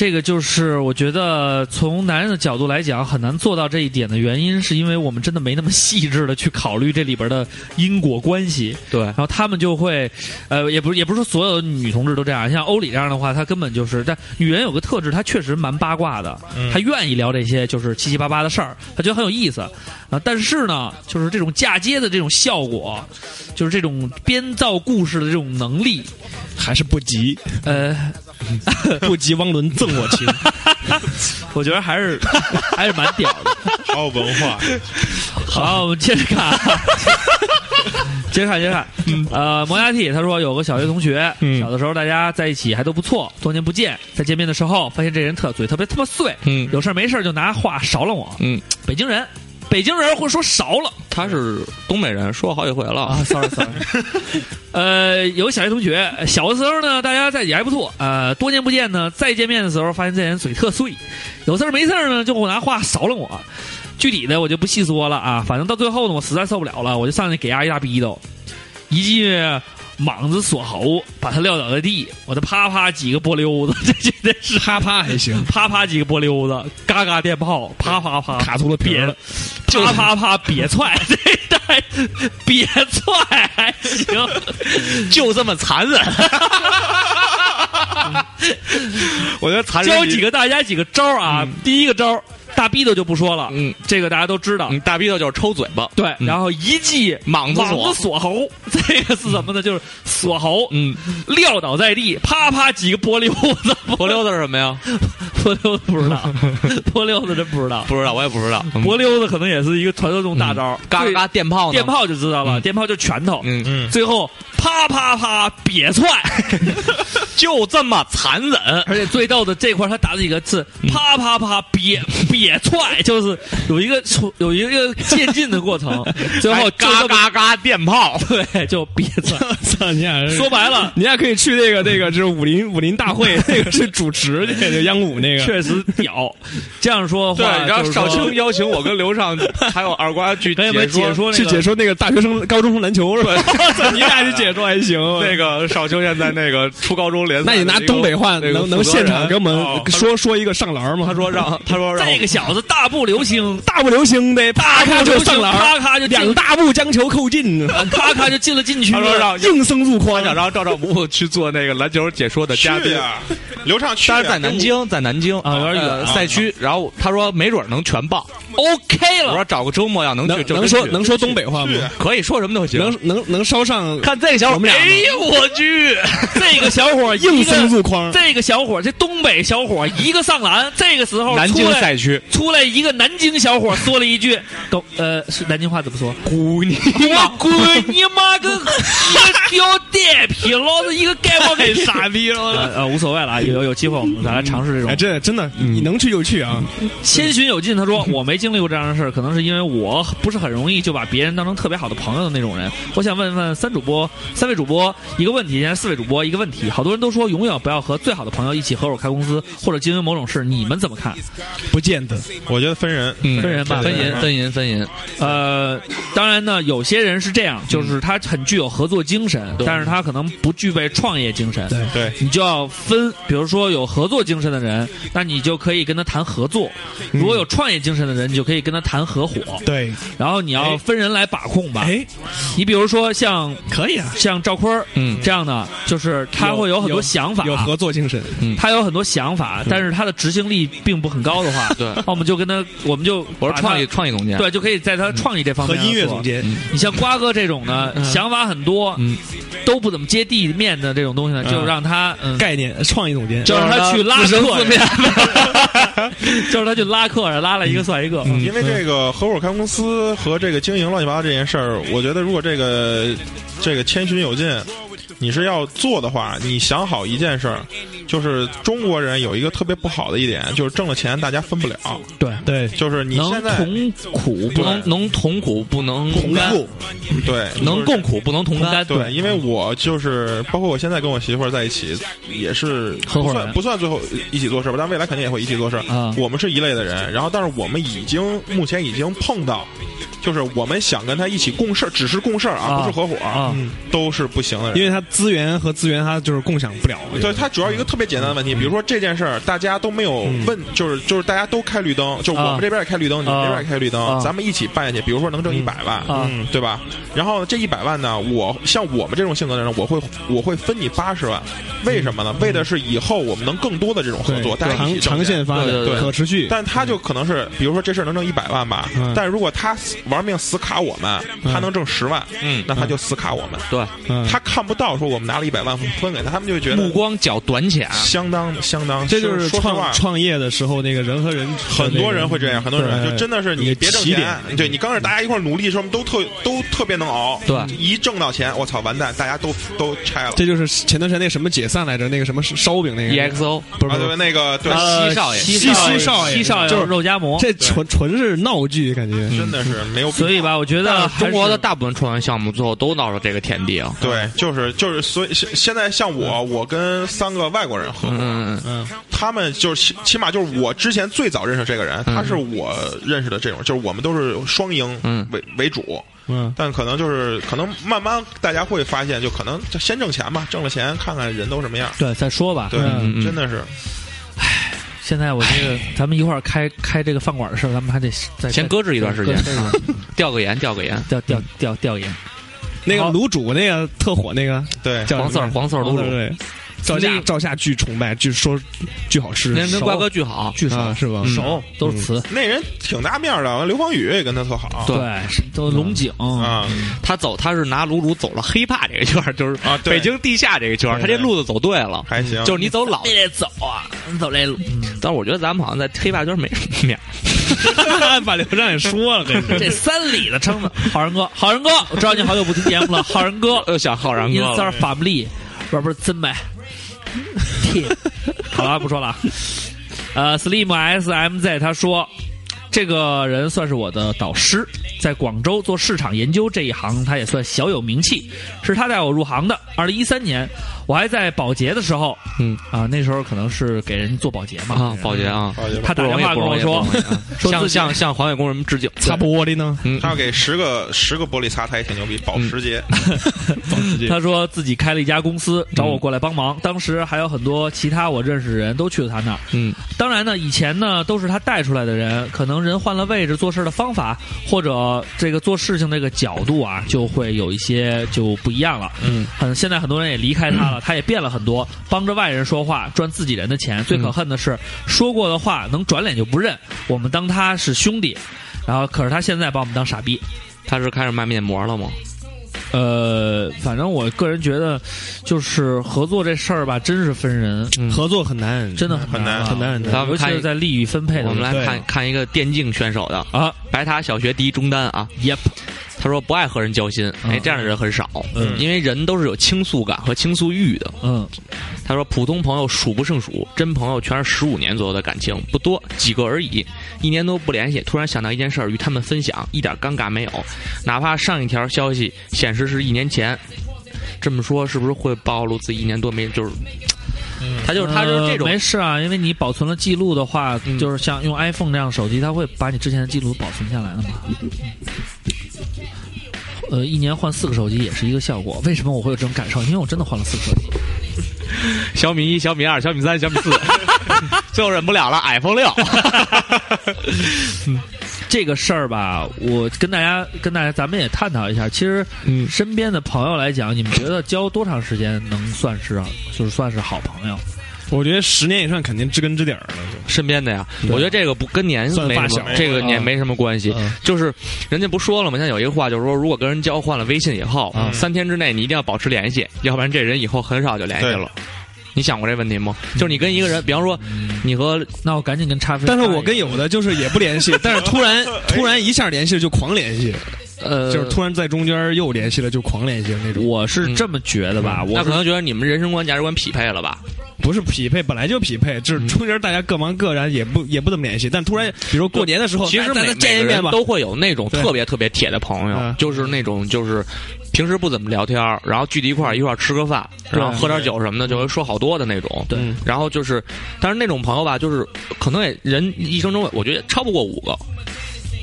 这个就是我觉得从男人的角度来讲很难做到这一点的原因，是因为我们真的没那么细致的去考虑这里边的因果关系。 对， 然后他们就会，也不是说所有的女同志都这样，像欧里这样的话，她根本就是，但女人有个特质，她确实蛮八卦的，她愿意聊这些就是七七八八的事儿，她觉得很有意思啊。但是呢，就是这种嫁接的这种效果，就是这种编造故事的这种能力， 还是不及，不及汪伦赠我情。 我觉得还是蛮屌的， 好有文化。 好，我们接着看。接着看，摩崖 T 他说有个小学同学，小的时候大家在一起还都不错，多年不见，在见面的时候发现这人嘴特别他妈碎，有事没事就拿话勺了我，北京人会说勺了， 他是东北人，说好几回了啊 ，sorry， 有个小学同学，小的时候呢大家在一起还不错，多年不见呢，再见面的时候发现这人嘴特碎，有事没事呢就拿话勺了我。具体的我就不细说了啊，反正到最后呢，我实在受不了了，我就上去给丫一大逼斗，一记莽子锁喉，把他撂倒在地，我的啪啪几个波溜子，这绝对是啪啪还行， 啪啪几个波溜子，嘎嘎电炮，啪啪啪卡住了皮了， 啪啪啪瘪踹，这代瘪踹还行， 就这么残忍。我觉得残忍。 教大家几个招啊，第一个招。大逼斗就不说了，这个大家都知道。 大逼斗就是抽嘴巴， 对，然后一记莽子锁喉，这个是什么呢？就是锁喉，撂倒在地，啪啪几个波溜子。 波溜子是什么呀？ 波溜子不知道，波溜子真不知道， 我也不知道。 波溜子可能也是一个传说中大招， 嘎嘎电炮呢， 电炮就知道了，电炮就拳头，最后啪啪啪瘪踹， 就这么残忍。 而且最逗的这块他打了几个字，啪啪啪瘪踹，就是有一个渐进的过程，最后嘎嘎嘎电炮， 对，就瘪踹。说白了， 你还可以去那个就是武林大会，那个是主持那个央五那个， 确实屌。这样说的话， 对，然后少卿邀请我跟刘畅还有二瓜去解说那个大学生、高中生篮球是吧？你俩去解说还行。 那个少卿现在那个初高中联赛， 那你拿东北话能现场给我们说一个上篮吗？ 他说让这个小子大步流星的，啪咔就上篮， 啪咔就两大步将球扣进， 啪咔就进了禁区。 他说让应声入筐， 想让赵少武去做那个篮球解说的嘉宾。 刘畅去， 但是在南京啊，有点远赛区。然后他说没准能全报 ，OK 了。 我说找个周末要能去， 能说东北话吗？ 可以说什么都行， 能烧上。 看这个小伙，哎呦我去， 这个小伙应声入筐， 这个小伙这东北小伙一个上篮，这个时候南京赛区出来一个南京小伙说了一句，是南京话怎么说？ 滚你妈个丢电皮，老子一个盖我给傻逼了。无所谓了啊，有机会我们再来尝试这种。 这真的，你能去就去啊。 谦逊有进，他说我没经历过这样的事，可能是因为我不是很容易就把别人当成特别好的朋友的那种人。我想问三位主播一个问题，现在4位主播一个问题。好多人都说永远不要和最好的朋友一起合伙开公司或者经营某种事，你们怎么看？ 不见得， 我觉得分人， 分人吧， 分银。 当然呢，有些人是这样，就是他很具有合作精神，但是他可能不具备创业精神。 对， 你就要分，比如说有合作精神的人，那你就可以跟他谈合作；如果有创业精神的人，你就可以跟他谈合伙。 对， 然后你要分人来把控吧。你比如说可以啊， 像赵坤这样的，就是他会有很多想法， 有合作精神， 他有很多想法，但是他的执行力并不很高的话， 对， 那我们就我是创意总监， 对，就可以在他创意这方面和音乐总监。 你像瓜哥这种呢，想法很多，都不怎么接地面的这种东西呢，就让他概念创意总监， 就让他去拉客，就是他去拉客人，拉了一个算一个。 因为这个合伙开公司和这个经营乱七八糟这件事儿，我觉得如果这个谦逊有进，你是要做的话，你想好一件事儿，就是中国人有一个特别不好的一点，就是挣了钱大家分不了。 对， 就是你现在能同苦不能同苦不能同甘， 对， 能共苦不能同甘。 对，因为我就是包括我现在跟我媳妇儿在一起，也是合伙人， 不算最后一起做事吧，但未来肯定也会一起做事。我们是一类的人，然后但是我们目前已经碰到就是我们想跟他一起共事，只是共事啊，不是合伙都是不行的人， 因为他资源他就是共享不了。 对，他主要一个特别简单的问题，比如说这件事儿大家都没有问，就是大家都开绿灯，就我们这边也开绿灯，你们这边也开绿灯，咱们一起办下去，比如说能挣100万，对吧？然后这100万呢，像我们这种性格的人，我会分你80万，为什么呢？为的是以后我们能更多的这种合作，大家一起长线发展， 对， 可持续。 但他就可能是，比如说这事儿能挣100万吧，但如果他玩命死卡我们，他能挣10万，那他就死卡我们。 对， 他看不到说我们拿了100万分给他，他们就觉得目光较短浅， 相当， 这就是创业的时候那个人和人， 很多人会这样，很多人就真的是你别挣钱，对你刚开始大家一块努力的时候，都特别能熬， 对， 一挣到钱，我操，完蛋，大家都拆了。 这就是前段时间那个什么解散来着，那个什么烧饼那个 EXO， 不是对那个对西少爷就是肉夹馍， 这纯是闹剧，感觉真的是没有。 所以吧，我觉得中国的大部分创业项目最后都闹到这个田地啊。 对，就是所以现在像我跟3个外国人合伙，他们就是起码就是我之前最早认识这个人，他是我认识的这种，就是我们都是双赢为主。但可能慢慢大家会发现，就可能就先挣钱吧，挣了钱看看人都什么样。 对，再说吧。 对，真的是。 唉，现在我觉得咱们一块儿开这个饭馆的事儿，咱们还得先搁置一段时间，调个研。调研。 那个卤煮那个特火那个， 对， 黄色卤煮， 对。赵夏巨崇拜，据说巨好吃， 那瓜哥巨好， 巨熟是吧？ 熟都是词。 那人挺大面的，刘芳雨也跟他特好， 对，都龙井啊。 他是拿卤煮走了黑怕这个圈，就是北京地下这个圈，他这路子走对了， 还行。 就是你走老你得走啊，你走这路。 但是我觉得咱们好像在黑怕圈没什么面， 把刘畅也说了， 这3里的称子，好人哥，我知道你好久不听节目了，好人哥， 又想好人哥了。 Insert Family， 不是真美。好了，不说了。Slim SMZ 他说，这个人算是我的导师，在广州做市场研究这一行，他也算小有名气，是他带我入行的。2013年，我还在保洁的时候，那时候可能是给人做保洁嘛， 保洁啊， 他打电话跟我说， 向环卫工人们致敬， 擦玻璃呢， 他要给10个玻璃擦，他也挺牛逼，保时捷。 他说自己开了一家公司，找我过来帮忙。当时还有很多其他我认识的人都去了他那儿。当然呢，以前呢都是他带出来的人，可能人换了位置，做事的方法或者这个做事情这个角度啊，就会有一些就不一样了。现在很多人也离开他了，他也变了很多，帮着外人说话，赚自己人的钱。最可恨的是，说过的话能转脸就不认，我们当他是兄弟，然后可是他现在把我们当傻逼。 他是开始卖面膜了吗？ 反正我个人觉得，就是合作这事儿吧，真是分人， 合作很难， 真的很难。尤其是在利益分配的。 我们来看一个电竞选手的啊，白塔小学第一中单啊。 Yep。 他说不爱和人交心，这样的人很少，因为人都是有倾诉感和倾诉欲的。他说普通朋友数不胜数，真朋友全是15年左右的感情，不多，几个而已。1年多不联系，突然想到一件事儿与他们分享，一点尴尬没有，哪怕上一条消息显示是1年前。这么说是不是会暴露自己1年多没就是？他就是这种没事啊，因为你保存了记录的话，就是像用 iPhone 这样的手机，它会把你之前的记录保存下来的嘛。1年换4个手机也是一个效果。为什么我会有这种感受？因为我真的换了4个手机。 小米1、小米2、小米3、小米4，最后忍不了了，iPhone 6。 这个事儿吧，我跟大家咱们也探讨一下。其实，身边的朋友来讲，你们觉得交多长时间能算是好朋友？ 我觉得10年以上肯定知根知底儿了。 身边的呀，我觉得这个不跟年没什么，这个年没什么关系。就是人家不说了吗？像有一个话就是说，如果跟人交换了微信以后，3天之内你一定要保持联系，要不然这人以后很少就联系了。你想过这问题吗？就是你跟一个人，比方说你和， 那我赶紧跟咖啡。 但是我跟有的就是也不联系，但是突然一下联系就狂联系。就是突然在中间又联系了，就狂联系那种。 我是这么觉得吧， 我可能觉得你们人生观、价值观匹配了吧？ 不是匹配，本来就匹配，就是中间大家各忙各然，也不怎么联系。但突然，比如过年的时候， 其实每个人都会有那种特别特别铁的朋友，就是那种就是平时不怎么聊天，然后聚在一块吃个饭，然后喝点酒什么的，就会说好多的那种。 对， 然后就是，但是那种朋友吧，就是可能也人一生中，我觉得超不过5个。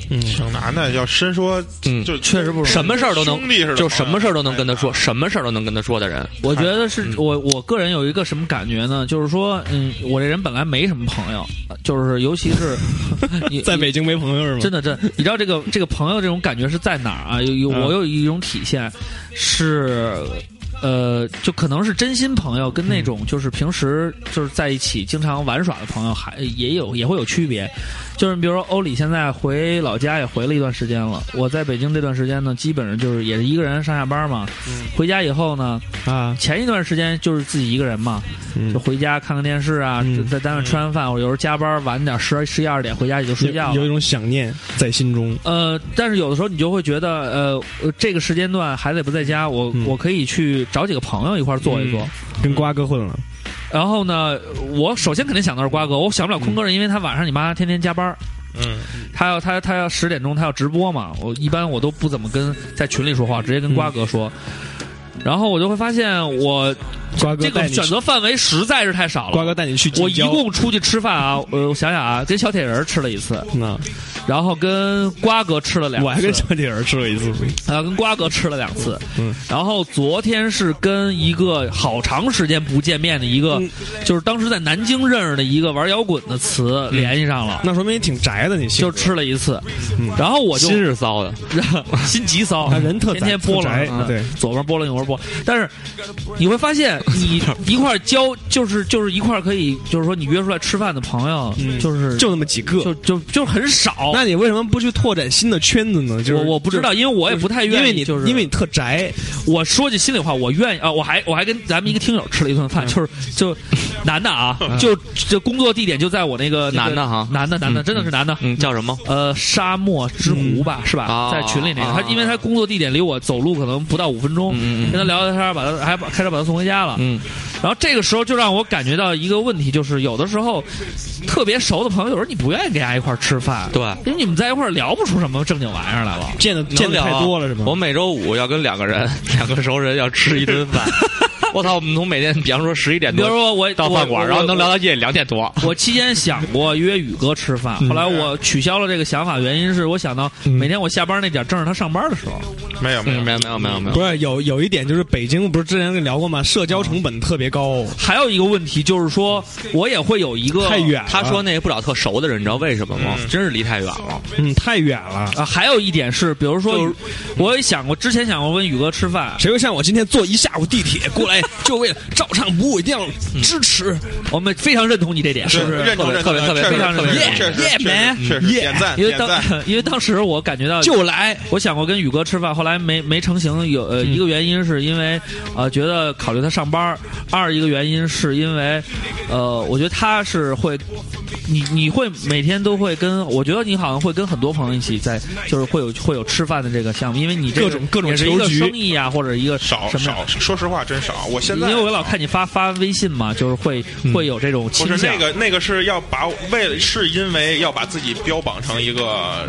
挺难的。要深说，就确实不容易， 什么事儿都能， 兄弟似的， 就什么事儿都能跟他说，什么事儿都能跟他说的人。 我觉得是我个人有一个什么感觉呢？就是说，我这人本来没什么朋友，就是尤其是在北京没朋友是吗？ 真的，你知道这个朋友这种感觉是在哪儿啊？我有一种体现是。就可能是真心朋友跟那种就是平时就是在一起经常玩耍的朋友也会有区别。就是比如说欧里现在回老家也回了一段时间了，我在北京这段时间呢，基本上就是也是一个人上下班嘛。回家以后呢，前一段时间就是自己一个人嘛，就回家看看电视啊，在单位吃完饭，我有时候加班晚点11、12点回家也就睡觉了， 有一种想念在心中。 但是有的时候你就会觉得，这个时间段孩子也不在家，我可以去找几个朋友一块坐一坐， 跟瓜哥混了。 然后呢，我首先肯定想到是瓜哥，我想不了坤哥是因为他晚上你妈天天加班，他要10点钟他要直播嘛，一般我都不怎么跟在群里说话，直接跟瓜哥说。然后我就会发现我这个选择范围实在是太少了。 瓜哥带你去， 我一共出去吃饭啊，我想想啊，跟小铁人吃了一次，然后跟瓜哥吃了2次， 我还跟小铁人吃了一次， 跟瓜哥吃了2次，然后昨天是跟一个好长时间不见面的一个，就是当时在南京认识的一个玩摇滚的词联系上了， 那说明你挺宅的，你就吃了一次，然后我就心是骚的， 心急骚， 人特天天拨了， 对， 左边拨了右边拨，但是你会发现你一块交就是一块可以就是说你约出来吃饭的朋友，就那么几个， 就很少。 那你为什么不去拓展新的圈子呢？就是我不知道，因为我也不太愿意， 因为你特宅。 我说句心里话，我愿意啊，我还跟咱们一个听友吃了一顿饭，就男的啊，就工作地点就在我那个男的哈， 男的真的是男的， 叫什么？ 沙漠之狐吧，是吧？在群里那个，因为他工作地点离我走路可能不到5分钟，跟他聊天，还开车把他送回家了，然后这个时候就让我感觉到一个问题，就是有的时候特别熟的朋友，有时候你不愿意跟大家一块吃饭， 对， 因为你们在一块聊不出什么正经玩意儿来了， 见的太多了是吗？ 我每周5要跟2个熟人要吃一顿饭。我操！我们从每天，比方说11点多， 比如说我到饭馆，然后能聊到夜里2点多。 我期间想过约宇哥吃饭，后来我取消了这个想法，原因是我想到每天我下班那点正是他上班的时候。 没有， 不是有一点就是北京不是之前跟你聊过吗？社交成本特别高。 还有一个问题就是说，我也会有一个太远了。 他说那个不找特熟的人，你知道为什么吗？真是离太远了。 太远了啊！还有一点是，比如说，我也想过，之前想过跟宇哥吃饭， 谁会像我今天坐1下午地铁过来，就为了照唱不误，一定要支持。 我们非常认同你这点，是不是？ 认同， 特别非常认同。 点赞， 因为当时我感觉到就来， 我想过跟宇哥吃饭，后来没成型。有一个原因是因为觉得考虑他上班，二一个原因是因为我觉得他是会，你会每天都会跟，我觉得你好像会跟很多朋友一起在，就是会有吃饭的这个项目，因为你这各种也是一个生意啊，或者一个少，说实话真少。我现在因为我老看你发微信嘛，就是会有这种倾向。 不是那个是要把是因为要把自己标榜成一个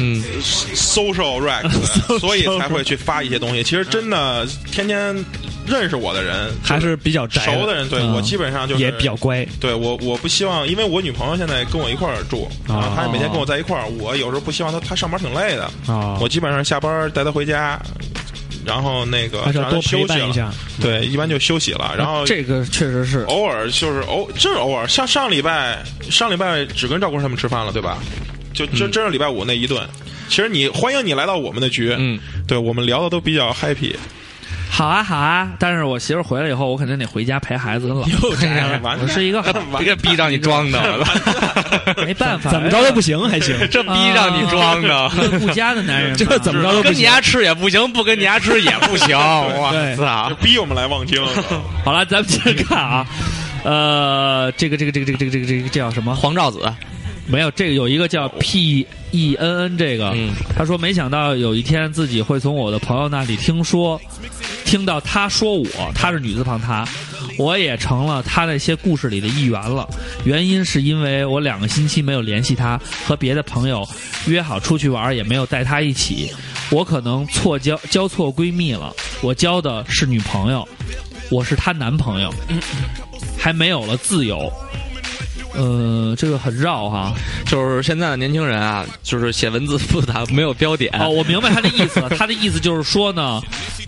social rex， 所以才会去发一些东西。其实真的天天认识我的人还是比较宅熟的人，对我基本上就是也比较乖。 对我不希望，因为我女朋友现在跟我一块儿住，她每天跟我在一块儿，我有时候不希望她上班挺累的，我基本上下班带她回家。然后那个让他休息一下，对，一般就休息了。然后这个确实是偶尔，就是真是偶尔。像上礼拜只跟赵工他们吃饭了，对吧？就真是礼拜5那一顿。其实欢迎你来到我们的局，对我们聊的都比较 happy。 好啊，但是我媳妇回来以后，我肯定得回家陪孩子跟老婆。我是一个这个逼让你装的， 没办法， 怎么着都不行，还行， 这逼让你装的， 顾家的男人， 这怎么着都不行， 跟你家吃也不行，不跟你家吃也不行，我操， 逼我们来望京。 好了，咱们接着看啊，这个叫什么？ 黄兆子。 没有，这个有一个叫 PENN 这个，他说没想到有一天自己会从我的朋友那里听到他说他是女字旁他，我也成了他那些故事里的一员了。原因是因为我2个星期没有联系他，和别的朋友约好出去玩，也没有带他一起。我可能交错闺蜜了，我交的是女朋友，我是他男朋友，还没有了自由。 这个很绕哈， 就是现在的年轻人啊，就是写文字复杂，没有标点。 哦，我明白他的意思了。他的意思就是说呢，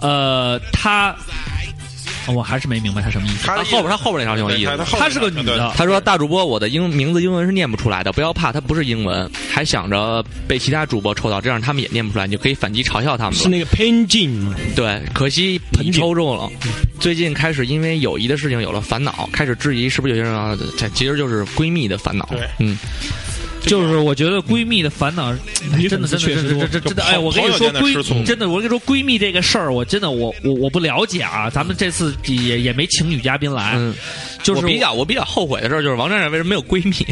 我还是没明白他什么意思。 他后边那条挺有意思。 他是个女的。 他说：“大主播，我的名字英文是念不出来的，不要怕，它不是英文。还想着被其他主播抽到，这样他们也念不出来，你就可以反击嘲笑他们了。” 是那个 Penjin。 对，可惜你抽中了。最近开始因为友谊的事情有了烦恼，开始质疑是不是有些人这其实就是闺蜜的烦恼。 对， 就是我觉得闺蜜的烦恼，真的，哎，我跟你说真的，我跟你说闺蜜这个事儿，我真的我不了解啊。咱们这次也没请女嘉宾来，就是我比较后悔的事儿，就是王站长为什么没有闺蜜？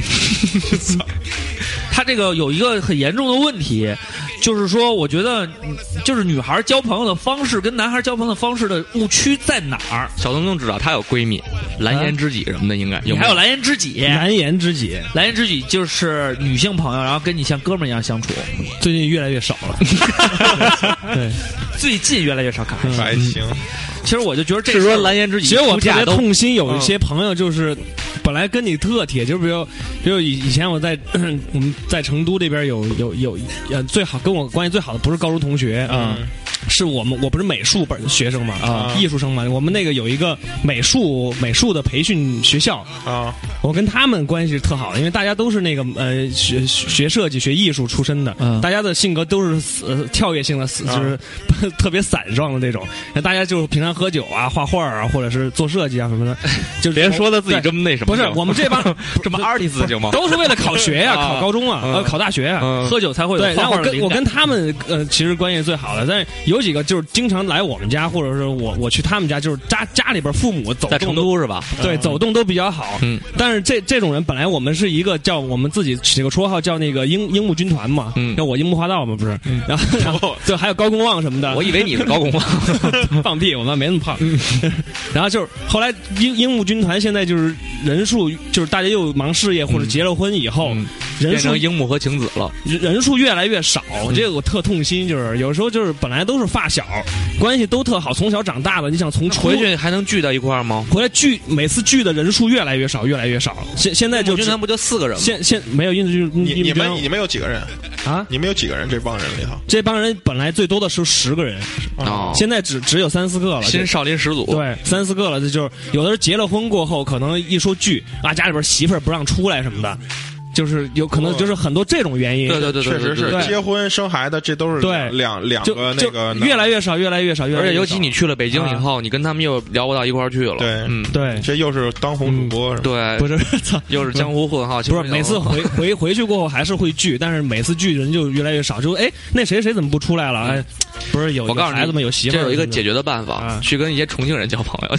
她这个有一个很严重的问题。就是说，我觉得就是女孩交朋友的方式跟男孩交朋友的方式的误区在哪儿？ 小东东知道她有闺蜜，蓝颜知己什么的，应该有。 你还有蓝颜知己？ 蓝颜知己就是女性朋友，然后跟你像哥们儿一样相处。 最近越来越少了。对， 最近越来越少看。 还行。 其实我就觉得这是说蓝颜知己。 其实我特别痛心，有一些朋友就是本来跟你特铁，就比如以前我在我们在成都这边有最好跟我关系最好的不是高中同学啊。是我不是美术学生嘛艺术生嘛，我们那个有一个美术的培训学校啊，我跟他们关系特好，因为大家都是那个学设计学艺术出身的，大家的性格都是跳跃性的，就是特别散状的那种，大家就是平常喝酒啊、画画啊，或者是做设计啊什么的，就别说的自己这么那什么， 不是我们这帮这么 artist 行吗？ 都是为了考学呀，考高中啊，考大学啊， 喝酒才会有对。然后我跟他们其实关系最好的，但是有几个就是经常来我们家，或者是我去他们家，就是家里边父母走动在成都是吧？ 对，走动都比较好。但是这种人本来我们是一个叫我们自己起个绰号叫那个樱木军团嘛，叫我樱木花道嘛，不是？然后就还有高公望什么的。 我以为你是高公望， 放屁，我们没那么胖。然后就是后来樱木军团现在就是人数就是大家又忙事业或者结了婚以后，人数变成樱木和晴子了， 人数越来越少。这个我特痛心，就是有时候就是本来都是发小，关系都特好，从小长大的，你想从回去还能聚到一块儿吗？ 回来每次聚的人数越来越少，越来越少。现在就军团不就4个人吗？ 现没有，你们有几个人啊？你们有几个人？这帮人里头， 这帮人本来最多的是10个人，现在只有3-4个了。 新少林始祖， 对，3-4个了。这就是有的人结了婚过后，可能一说聚啊，家里边媳妇儿不让出来什么的。就是有可能就是很多这种原因， 对， 确实是结婚生孩子，这都是两个那个越来越少，而且尤其你去了北京以后，你跟他们又聊不到一块儿去了。 对， 对， 这又是当红主播， 对， 不是， 又是江湖混号， 不是每次回去过后还是会聚，但是每次聚人就越来越少，就那谁怎么不出来了？哎，不是我告诉你， 孩子们有媳妇儿， 这有一个解决的办法，去跟一些重庆人交朋友。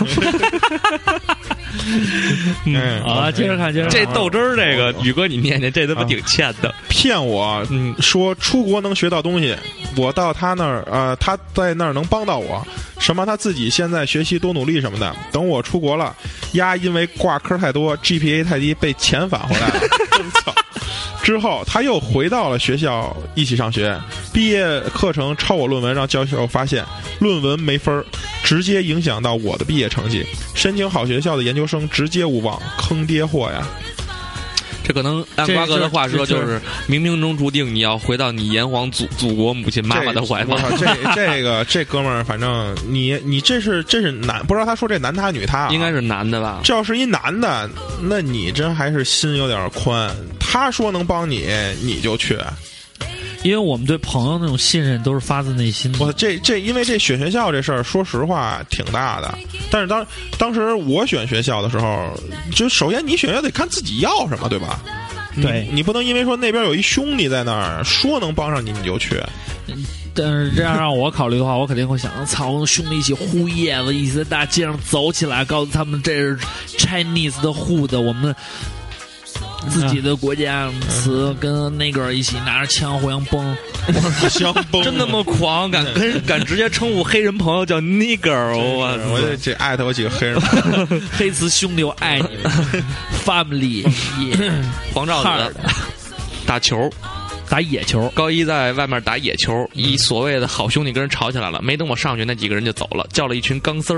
好了，接着看， 这豆汁儿，这个宇哥你念念，这他妈挺欠的， 骗我，说出国能学到东西，我到他那儿，他在那儿能帮到我，什么他自己现在学习多努力什么的，等我出国了，因为挂科太多 ，GPA 太低，被遣返回来了。之后他又回到了学校一起上学，毕业课程抄我论文，让教授发现论文没分，直接影响到我的毕业成绩，申请好学校的研究生直接无望，坑爹货呀！ 这可能按瓜哥的话说，就是冥冥中注定你要回到你炎黄祖国母亲妈妈的怀抱。 这哥们儿，反正你这是男，不知道他说这男他女他， 应该是男的吧？ 这要是一男的，那你真还是心有点宽。他说能帮你，你就去。 因为我们对朋友那种信任都是发自内心的。 因为这选学校这事儿，说实话挺大的。但是当时我选学校的时候，就首先你选学校得看自己要什么，对吧？ 对， 你不能因为说那边有一兄弟在那儿说能帮上你就去。 但是这样让我考虑的话，我肯定会想，操，我跟兄弟一起呼叶子，一起在大街上走起来，告诉他们这是 Chinese 的 hood， 我们自己的国家词跟那个一起拿着枪互相崩， 真那么狂，敢直接称呼黑人朋友叫 nigger， 我这艾特我几个黑人朋友， 黑词兄弟我爱你们，family， 黄罩子打球。 打野球， 高一在外面打野球，所谓的好兄弟跟人吵起来了，没等我上去，那几个人就走了，叫了一群钢丝儿，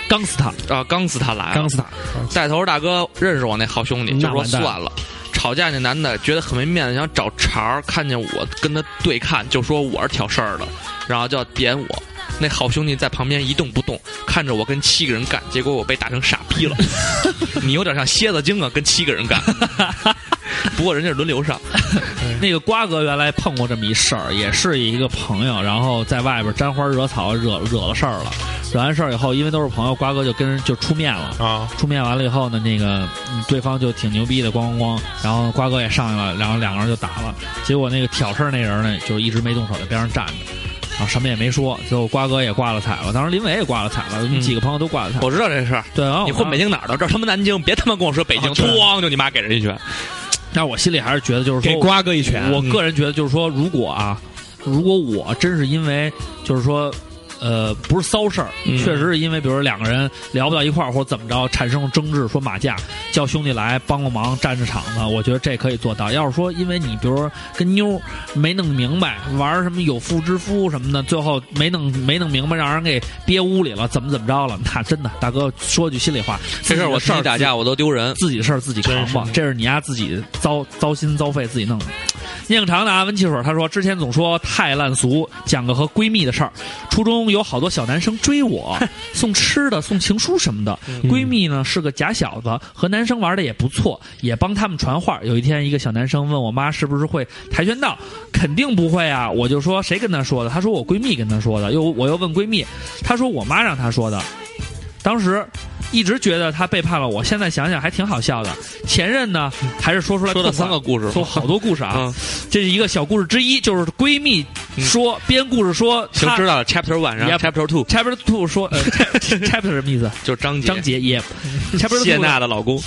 刚死他啊，刚死他来了， 刚死他。 带头大哥认识我那好兄弟，就说完蛋算了。吵架那男的觉得很没面子，想找茬儿，看见我跟他对看，就说我是挑事儿的，然后就要点我。那好兄弟在旁边一动不动，看着我跟7个人干，结果我被打成傻逼了。你有点像蝎子精啊，跟7个人干。不过人家是轮流上。 那个瓜哥原来碰过这么一事儿，也是一个朋友，然后在外边沾花惹草，惹了事儿了。惹完事儿以后，因为都是朋友，瓜哥就跟人就出面了啊。出面完了以后呢，那个对方就挺牛逼的，咣咣咣，然后瓜哥也上去了，然后2个人就打了。结果那个挑事儿那人呢，就一直没动手，在边上站着。然后什么也没说，最后瓜哥也挂了彩了，当时林伟也挂了彩了，我们几个朋友都挂了彩。 我知道这事儿， 对啊， 你混北京哪儿的？这他妈南京，别他妈跟我说北京，咣就你妈给人一拳。 但我心里还是觉得，就是说给瓜哥一拳。 我个人觉得，就是说，如果我真是因为，就是说。不是骚事儿，确实是因为比如说2个人聊不到一块儿，或者怎么着产生了争执，说马架，叫兄弟来帮个忙，站着场子，我觉得这可以做到。要是说因为你比如说跟妞没弄明白，玩什么有妇之夫什么的，最后没弄明白，让人给憋屋里了，怎么着了？那真的，大哥说句心里话， 这事儿我自己打架我都丢人， 自己的事儿自己扛吧，这是你丫自己糟心糟肺自己弄的。宁长的温汽水他说，之前总说太烂俗，讲个和闺蜜的事儿。初中有好多小男生追我，送吃的，送情书什么的。闺蜜呢是个假小子，和男生玩的也不错，也帮他们传话。有一天，一个小男生问我妈是不是会跆拳道，肯定不会啊。我就说谁跟他说的？他说我闺蜜跟他说的。我又问闺蜜，她说我妈让她说的。当时一直觉得他背叛了我，现在想想还挺好笑的。前任呢，还是说出来说了3个故事， 说好多故事啊。这是一个小故事之一，就是闺蜜说编故事说， 行，知道了。Chapter 1，然后 Chapter 2。 Chapter 2说Chapter 什么意思？ 就是章节也。Chapter 2 谢娜的老公。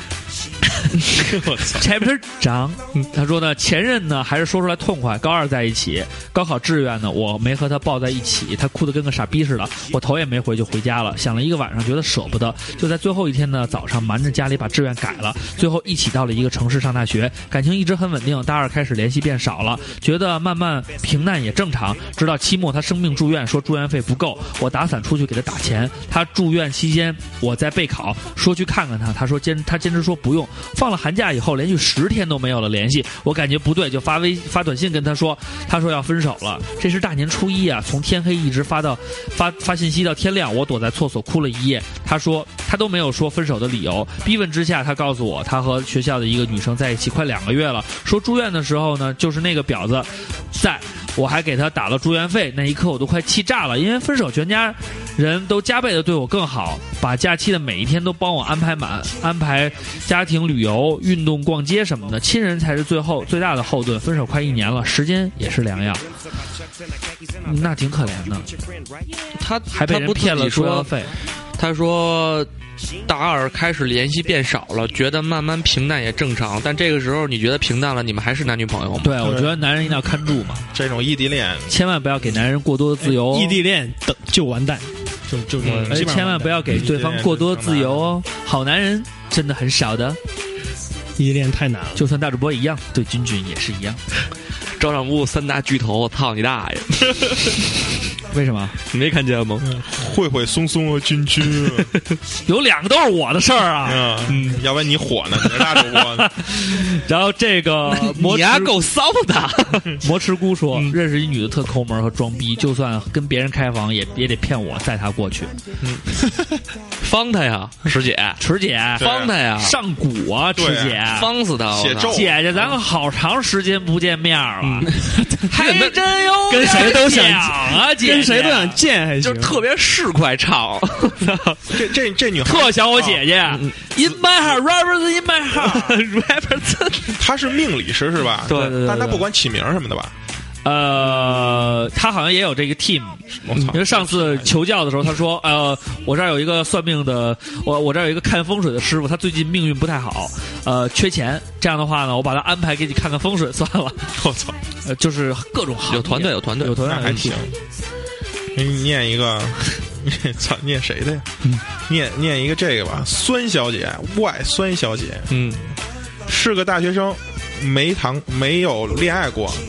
Chapter 长，他说呢，前任呢还是说出来痛快。高2在一起，高考志愿呢，我没和他抱在一起，他哭得跟个傻逼似的，我头也没回就回家了。想了一个晚上，觉得舍不得，就在最后一天呢早上瞒着家里把志愿改了，最后一起到了一个城市上大学，感情一直很稳定。大2开始联系变少了，觉得慢慢平淡也正常。直到期末他生病住院，说住院费不够，我打伞出去给他打钱。他住院期间我在备考，说去看看他，他坚持说不用。放了寒假以后，连续10天都没有了联系，我感觉不对，就发短信跟他说，他说要分手了。这是大年初1啊，从天黑一直发信息到天亮，我躲在厕所哭了一夜。他说他都没有说分手的理由，逼问之下，他告诉我他和学校的一个女生在一起快2个月了，说住院的时候呢，就是那个婊子在。我还给他打了住院费，那一刻我都快气炸了，因为分手全家人都加倍的对我更好，把假期的每一天都帮我安排满，安排家庭旅游、运动、逛街什么的，亲人才是最大的后盾。分手快1年了，时间也是良药，那挺可怜的。他还被人骗了住院费。 他说大2开始联系变少了，觉得慢慢平淡也正常，但这个时候你觉得平淡了，你们还是男女朋友吗？ 对，我觉得男人一定要看住嘛， 这种异地恋千万不要给男人过多的自由， 异地恋就完蛋，就而且千万不要给对方过多自由哦，好男人真的很少的， 异地恋太难了， 就算大主播一样，对君君也是一样。 招商部3大巨头，操你大爷！ 为什么？ 你没看见吗？ 慧松松和君君， 有2个都是我的事儿啊！ 要不然你火呢？你是大主播呢。 然后这个你丫够骚的。 魔吃姑说，认识一女的特抠门和装逼，就算跟别人开房也得骗我载她过去。 方她呀，池姐，方她呀， 上古啊，池姐， 方死她！ 姐姐，咱们好长时间不见面了，还真有跟谁都想啊， 跟谁都想见，还就是特别市侩唱。 这女孩特想我姐姐 ，In my heart, rappers in my heart, rappers。 她是命理师是吧？ 对， 但她不管起名什么的吧？ 他好像也有这个 team， 因为上次求教的时候，他说，我这儿有一个算命的，我这儿有一个看风水的师傅，他最近命运不太好，缺钱，这样的话呢，我把他安排给你看看风水算了。 我操， 就是各种行业， 有团队， 那还行。你念一个，操，念谁的呀？念一个这个吧，酸小姐，酸小姐，是个大学生，没有恋爱过。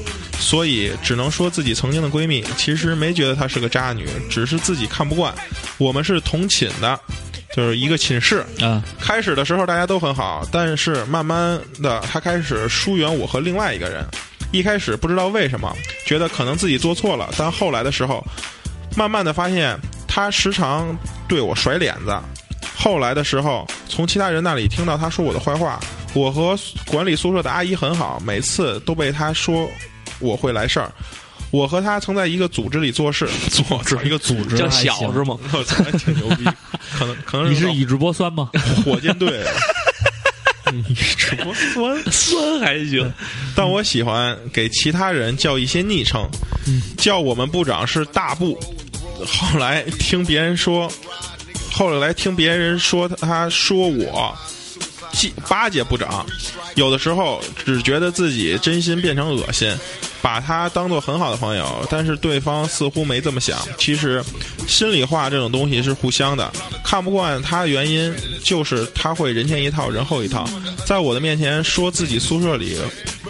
所以只能说自己曾经的闺蜜其实没觉得她是个渣女，只是自己看不惯。我们是同寝的，就是一个寝室啊。开始的时候大家都很好，但是慢慢的她开始疏远我和另外一个人。一开始不知道为什么，觉得可能自己做错了，但后来的时候慢慢的发现她时常对我甩脸子。后来的时候从其他人那里听到她说我的坏话。我和管理宿舍的阿姨很好，每次都被她说我会来事儿。我和她曾在一个组织里做事，一个组织叫小是吗？ 我操，挺牛逼。可能你是宇智波酸吗？ 火箭队。宇智波酸还行， 但我喜欢给其他人叫一些昵称，叫我们部长是大部。后来听别人说他说我巴结部长，有的时候只觉得自己真心变成恶心，把他当作很好的朋友，但是对方似乎没这么想。其实心里话这种东西是互相的，看不惯他的原因就是他会人前一套人后一套，在我的面前说自己宿舍里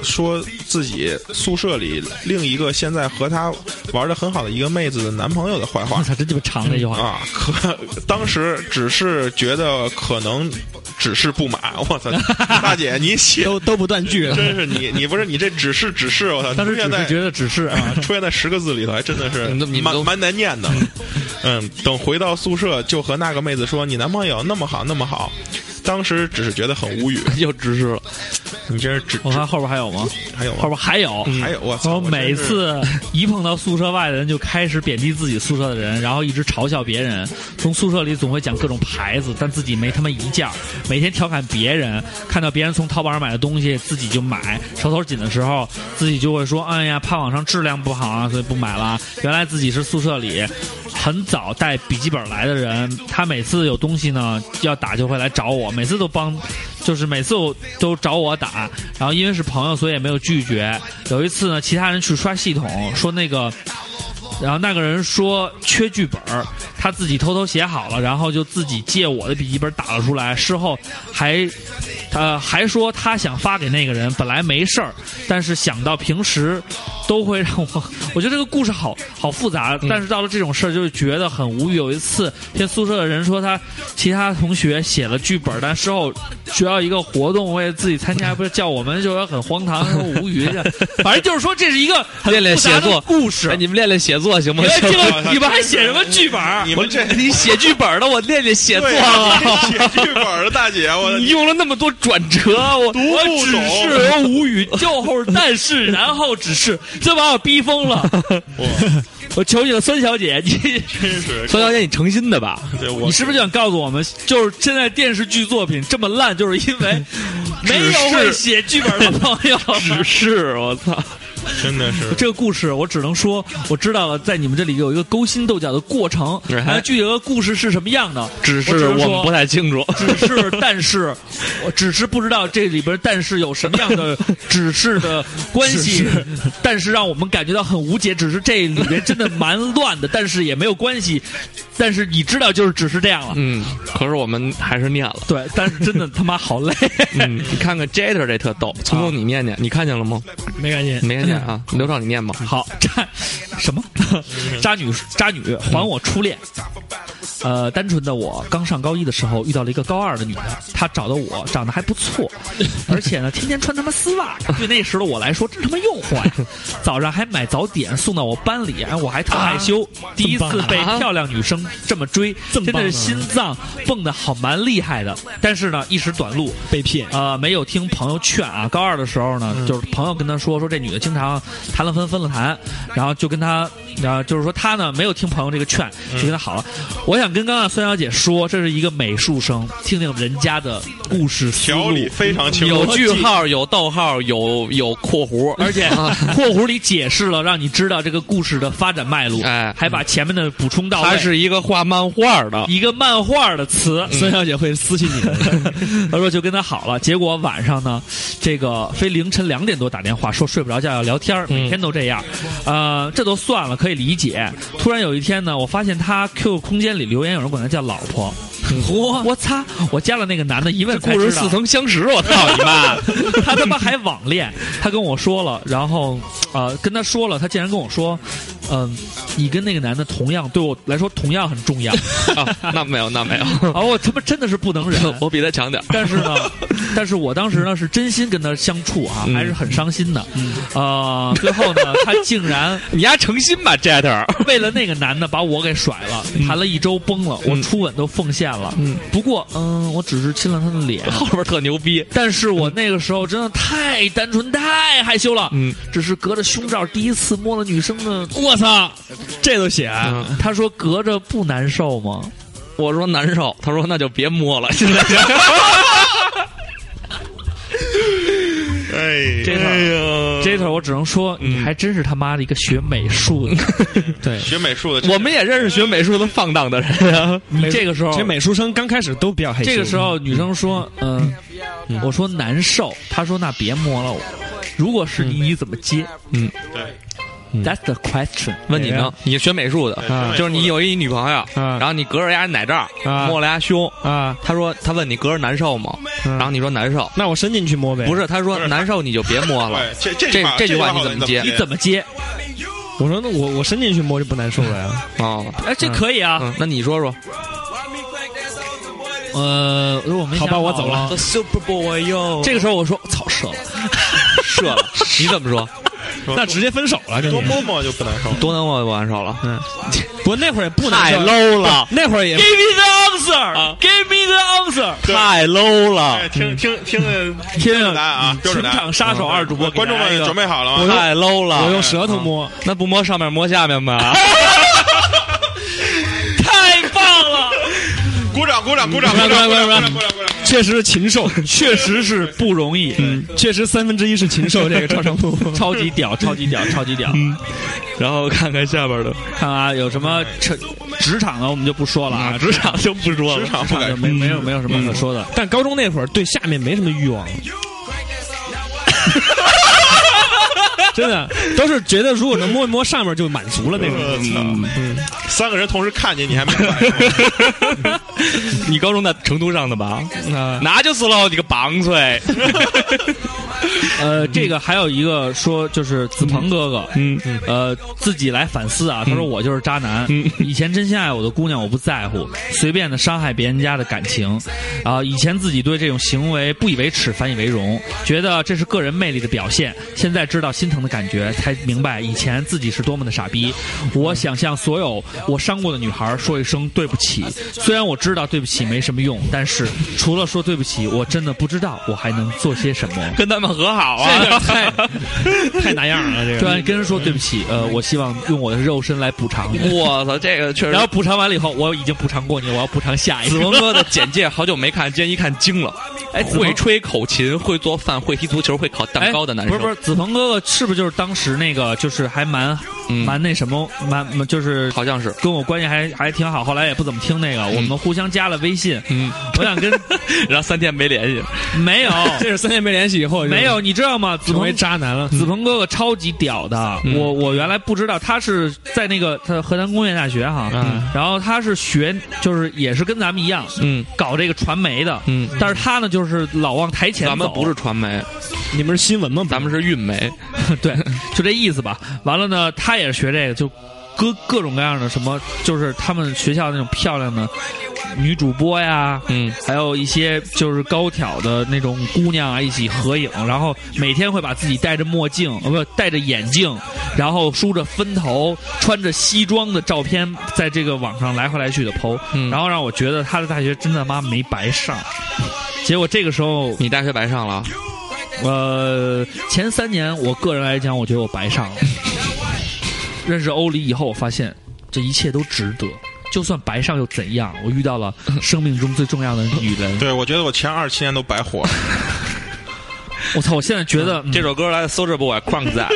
另一个现在和他玩得很好的一个妹子的男朋友的坏话。 我操，真鸡巴长这句话啊！当时只是觉得可能只是不满。我操，大姐你写都不断句， 真是你不是你这只是我操！ 当时只是觉得只是啊， 出现在10个字里头，还真的是蛮难念的。等回到宿舍就和那个妹子说你男朋友那么好那么好，当时只是觉得很无语， 又直视了。 你真是我看后边还有吗？ 还有后边还有， 我操！ 每次一碰到宿舍外的人，就开始贬低自己宿舍的人，然后一直嘲笑别人。从宿舍里总会讲各种牌子，但自己没他妈一件。每天调侃别人，看到别人从淘宝上买的东西，自己就买。手头紧的时候，自己就会说：“哎呀，怕网上质量不好啊，所以不买了。”原来自己是宿舍里很早带笔记本来的人，他每次有东西呢要打就会来找我，每次都找我打，然后因为是朋友，所以也没有拒绝。有一次呢，其他人去刷系统，说然后那个人说缺剧本，他自己偷偷写好了，然后就自己借我的笔记本打了出来。事后还说他想发给那个人，本来没事儿，但是想到平时都会让我觉得这个故事好复杂，但是到了这种事儿就觉得很无语。有一次听宿舍的人说他其他同学写了剧本，但事后学校一个活动我也自己参加，不是叫我们就很荒唐很无语。反正就是说这是一个练练写作故事。 你们练练写作行吗？ 你们还写什么剧本？ 你写剧本的，我练练写作了。 写剧本的大姐， 你用了那么多转折，我读不懂， 只是无语，就后但是然后只是，这把我逼疯了。我求你了，孙小姐，你真是孙小姐，你诚心的吧？ 你是不是就想告诉我们，就是现在电视剧作品这么烂，就是因为没有会写剧本的朋友？ 只是我操！ 真的是这个故事，我只能说我知道了，在你们这里有一个勾心斗角的过程，具体的故事是什么样的， 只是我们不太清楚。 但是我只是不知道这里边但是有什么样的只是的关系，但是让我们感觉到很无解。只是这里边真的蛮乱的，但是也没有关系。但是你知道，就是只是这样了。 可是我们还是念了。 对，但是真的他妈好累。 你看看 Jeter 这特逗，从头你念念，你看见了吗？ 没看见， 没看见啊？刘少，你念吧。 好，什么？渣女还我初恋。单纯的我刚上高1的时候遇到了一个高2的女的，她找的我长得还不错，而且呢天天穿他妈丝袜，对那时的我来说真他妈诱惑呀。早上还买早点送到我班里，我还特害羞，第一次被漂亮女生这么追，真的是心脏蹦得好蛮厉害的。但是呢一时短路被骗， 没有听朋友劝啊。高2的时候呢，就是朋友跟他说这女的经常谈了分了谈，然后就跟他，就是说他呢没有听朋友这个劝，就跟他好了。我想跟刚刚孙小姐说，这是一个美术生，听听人家的故事思路， 条理非常清楚， 有句号，有逗号，有括弧， 而且括弧里解释了，让你知道这个故事的发展脉络，还把前面的补充到位。 他是一个画漫画的， 一个漫画的词。 孙小姐会私信你的。 他说就跟他好了，结果晚上呢，这个非凌晨2点多打电话说睡不着觉要聊天，每天都这样。这都算了，可以理解。突然有一天呢，我发现他 QQ 空间里留言有人管他叫老婆。我操！我加了那个男的，一问才故知道事似曾相识，我操你妈！ 他他妈还网恋，他跟我说了，然后跟他说了，他竟然跟我说，你跟那个男的同样对我来说同样很重要。 那没有， 我他妈真的是不能忍， 我比他强点。 但是我当时呢是真心跟他相处啊，还是很伤心的。最后呢，他竟然你丫诚心吧 ，Jeter， 为了那个男的把我给甩了，谈了1周崩了，我初吻都奉献了。不过我只是亲了他的脸， 后边特牛逼。 但是我那个时候真的太单纯、太害羞了。只是隔着胸罩第一次摸了女生的。 我操，这都写。 他说隔着不难受吗？ 我说难受，他说那就别摸了。现在。 Jeter，我只能说，你还真是他妈的一个学美术的。 对， 学美术的， 我们也认识学美术的放荡的人啊。 你这个时候， 其实美术生刚开始都比较害羞。 这个时候，女生说，我说难受，他说那别摸了我。如果是你怎么接？ 对。 That's the question。 问你呢？你学美术的，就是你有一女朋友，然后你隔着丫奶罩摸了丫胸啊。 他问你隔着难受吗？然后你说难受， 那我伸进去摸呗。 不是，他说难受你就别摸了。这句话你怎么接？ 你怎么接？ 我说那我伸进去摸就不难受了呀。 哦， 这可以啊。 那你说说。 我没想好吧，我走了。 Super Boy 哟。 这个时候我说操，射了。 你怎么说？ 那直接分手了， 多摸摸就不难受， 多摸摸就不难受了。 不过那会儿也不难受， 太 low 了。 那会儿也 Give me the answer， Give me the answer， 太 low 了。 听答案啊！ 情场杀手2主播， 观众们准备好了吗？ 太 low 了， 我用舌头摸， 那不摸上面摸下面吧？ 太棒了！ 鼓掌！ 确实是禽兽， 确实是不容易。 确实1/3是禽兽。这个超长部超级屌。 然后看看下边的， 看啊，有什么职场的我们就不说了啊， 职场就不说了， 职场不敢没有什么可说的。 但高中那会儿对下面没什么欲望。真的都是觉得如果能摸一摸上面就满足了那种。 3个人同时看见你还没买。你高中在成都上的吧？那就是了，你个棒槌。 这个还有一个说，就是子鹏哥哥，自己来反思啊。他说我就是渣男，以前真心爱我的姑娘我不在乎，随便的伤害别人家的感情，以前自己对这种行为不以为耻，反以为荣，觉得这是个人魅力的表现。现在知道心疼的感觉，才明白以前自己是多么的傻逼。我想向所有我伤过的女孩说一声对不起，虽然我知道对不起没什么用，但是除了说对不起，我真的不知道我还能做些什么。 跟他们和好啊！ 这个太拿样了，这个。 跟人说对不起，我希望用我的肉身来补偿你。 我操，这个确实。 然后补偿完了以后，我已经补偿过你，我要补偿下一个。 子龙哥的简介好久没看，今天一看惊了。会吹口琴，会做饭，会踢足球，会烤蛋糕的男生。 不是，子鹏哥哥是不是就是当时那个，就是还蛮那什么，就是好像是跟我关系还挺好，后来也不怎么听那个，我们互相加了微信。我想跟， 然后3天没联系。 没有， 这是3天没联系以后没有，你知道吗？ 成为渣男了。 子鹏哥哥超级屌的，我原来不知道他是在那个他河南工业大学哈，然后他是学就是也是跟咱们一样，搞这个传媒的，但是他呢就是老往台前走。 咱们不是传媒， 你们是新闻吗？ 咱们是运媒， 对，就这意思吧。完了呢，他也是学这个，就各种各样的什么，就是他们学校那种漂亮的女主播呀，还有一些就是高挑的那种姑娘啊，一起合影，然后每天会把自己戴着墨镜，戴着眼镜，然后梳着分头，穿着西装的照片，在这个网上来回来去的 po，然后让我觉得他的大学真他妈没白上。结果这个时候， 你大学白上了？ 前3年，我个人来讲，我觉得我白上了。认识欧里以后，我发现这一切都值得。就算白上又怎样？我遇到了生命中最重要的女人。 对，我觉得我前27年都白活了。 我操！我现在觉得这首歌来自 Soulja Boy 框在。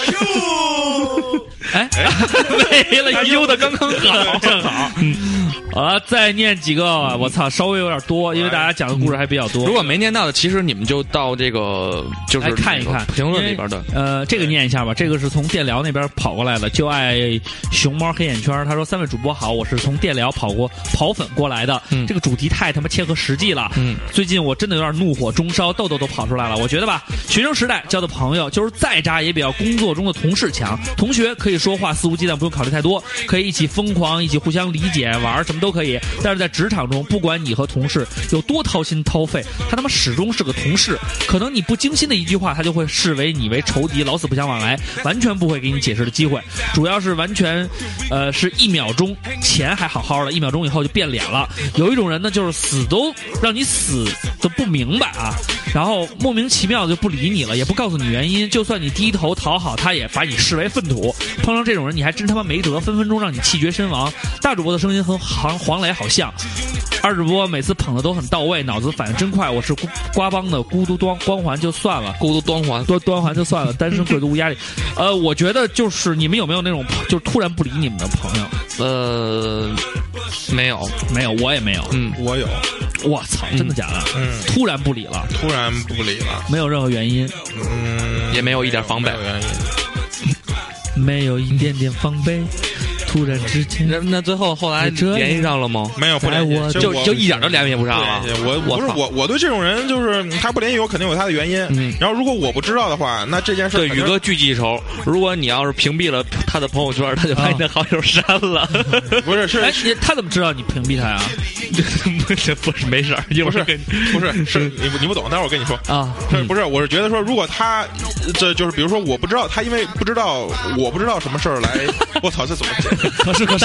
没了，悠的刚刚好，正好。 好了，再念几个，我操，稍微有点多，因为大家讲的故事还比较多。 如果没念到的，其实你们就到这个就是来看一看评论里边的。 这个念一下吧，这个是从电疗那边跑过来的，就爱熊猫黑眼圈。他说：“3位主播好，我是从电疗跑粉过来的。这个主题太他妈切合实际了。最近我真的有点怒火中烧，痘痘都跑出来了。我觉得吧，学生时代交的朋友就是再渣也比工作中的同事强。同学可以说话肆无忌惮，不用考虑太多，可以一起疯狂，一起互相理解玩什么都可以。但是在职场中，不管你和同事有多掏心掏肺，他妈始终是个同事。可能你不经心的一句话，他就会视为你为仇敌，老死不相往来，完全不会给你解释的机会。主要是完全，是1秒钟前还好好的，1秒钟以后就变脸了。有一种人呢，就是死都让你死都不明白啊，然后莫名其妙就不理你了，也不告诉你原因。就算你低头讨好，他也把你视为粪土。碰上这种人，你还真他妈没辙，分分钟让你气绝身亡。大主播的声音和黄磊好像，二主播每次捧的都很到位，脑子反应真快。我是瓜帮的孤独光环就算了， 孤独端环就算了，单身贵族无压力。我觉得就是你们有没有那种就是突然不理你们的朋友？ 没有， 我也没有。 我有。 我操，真的假的？突然不理了， 没有任何原因。 也没有一点防备， 没有一点点防备。突然之间， 那最后来联系上了吗？ 没有，不联系， 就一点都联系不上了。 我对这种人就是他不联系我，肯定有他的原因。然后如果我不知道的话，那这件事对宇哥巨记仇。如果你要是屏蔽了他的朋友圈，他就把你的好友删了。 不是， 他怎么知道你屏蔽他呀？ 不是没事儿， 不是你不懂，待会儿我跟你说啊。 不是，我是觉得说，如果他这就是比如说我不知道他，因为不知道我不知道什么事儿来，我操，这怎么？ 可是，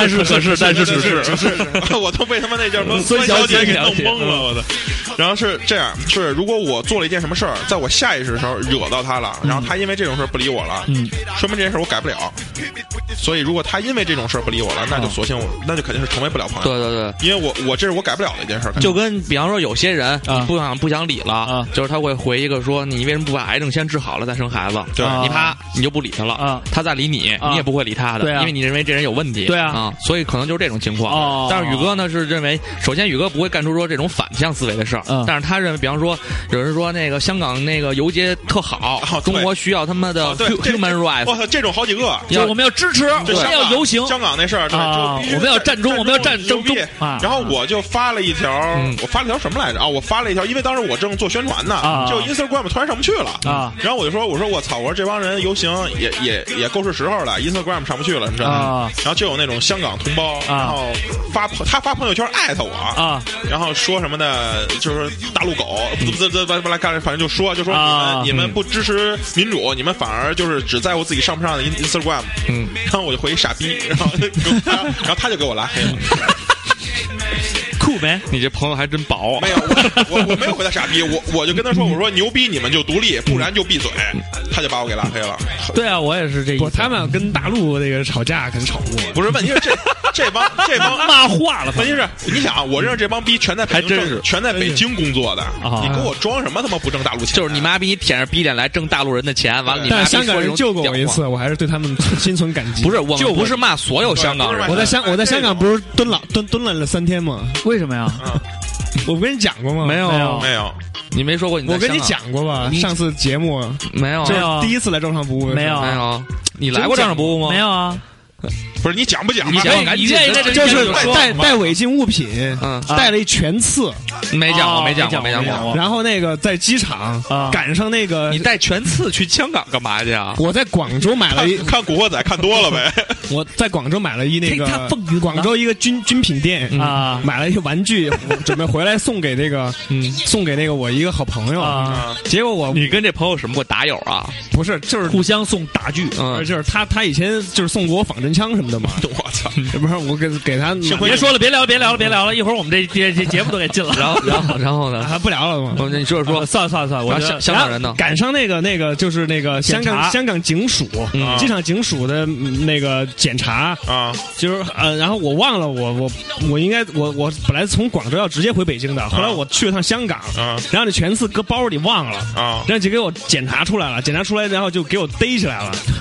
我都被他们那叫什么孙小姐给弄懵了，我的。然后是这样，是如果我做了一件什么事儿，在我下意识的时候惹到他了，然后他因为这种事儿不理我了，说明这件事我改不了。所以如果他因为这种事儿不理我了，那就索性那就肯定是成为不了朋友。 对， 因为我这是我改不了的一件事儿。 就跟比方说有些人不想理了，就是他会回一个说你为什么不把癌症先治好了再生孩子？ 对， 你就不理他了，他再理你也不会理他的，因为你认为这人有问题。 对啊， 所以可能就是这种情况。但是宇哥呢是认为，首先宇哥不会干出说这种反向思维的事儿，但是他认为，比方说有人说那个香港那个游街特好，中国需要他们的 human rights， 我操，这种好几个， 我们要支持，我们要游行， 香港那事儿， 我们要战中，我们要战争中。 然后我就发了一条，我发了条什么来着？我发了一条，因为当时我正做宣传呢，就 Instagram 突然上不去了然后我就说，我操，我说这帮人游行也够是时候了 ，Instagram 上不去了，你知道吗？然后就有那种香港同胞，然后他发朋友圈艾特我然后说什么的，就是大陆狗，反正就说你们不支持民主，你们反而就是只在乎自己上不上的 Instagram，然后我就回傻逼，然后他就给我拉黑了。 酷没？ 你这朋友还真薄。 没有，我没有回他傻逼，我就跟他说，我说牛逼你们就独立，不然就闭嘴。他就把我给拉黑了。 对啊，我也是这意思。 他们要跟大陆那个吵架，肯定吵不过。 不是，问题是这帮骂化了。 问题是，你想，我认识这帮逼全在北京工作的，你给我装什么他妈不挣大陆钱？ 就是你妈逼你舔着逼脸来挣大陆人的钱，完了你妈逼香港人救过我一次，我还是对他们心存感激。 不是，我们不是骂所有香港人。 我在香港不是蹲了3天吗？ 为什么呀？ 我不跟你讲过吗？ 没有， 你没说过你在香港。 我跟你讲过吧？上次节目没有， 第一次来照常不误。 没有， 你来过照常不误吗？ 没有啊。 不是你讲不讲？ 你讲， 就是带违禁物品，带了一全次， 没讲过。 然后那个在机场赶上那个， 你带全次去香港干嘛去啊？ 我在广州买了一看《古惑仔》看多了呗。 我在广州买了一那个广州一个军品店买了一个玩具，准备回来送给那个我一个好朋友结果你跟这朋友什么过打友啊？ 不是，就是互相送打具， 就是他以前就是送过我仿真枪什么的嘛。 我操！ 不是我给他， 别说了，别聊了，一会儿我们这节目都给禁了。 然后呢？ 还不聊了吗？ 你说算了，我香港人呢？ 赶上那个就是那个香港警署，机场警署的那个检查就是然后我忘了我应该我本来从广州要直接回北京的，后来我去了趟香港，然后这全次搁包里忘了然后就给我检查出来了，然后就给我逮起来了。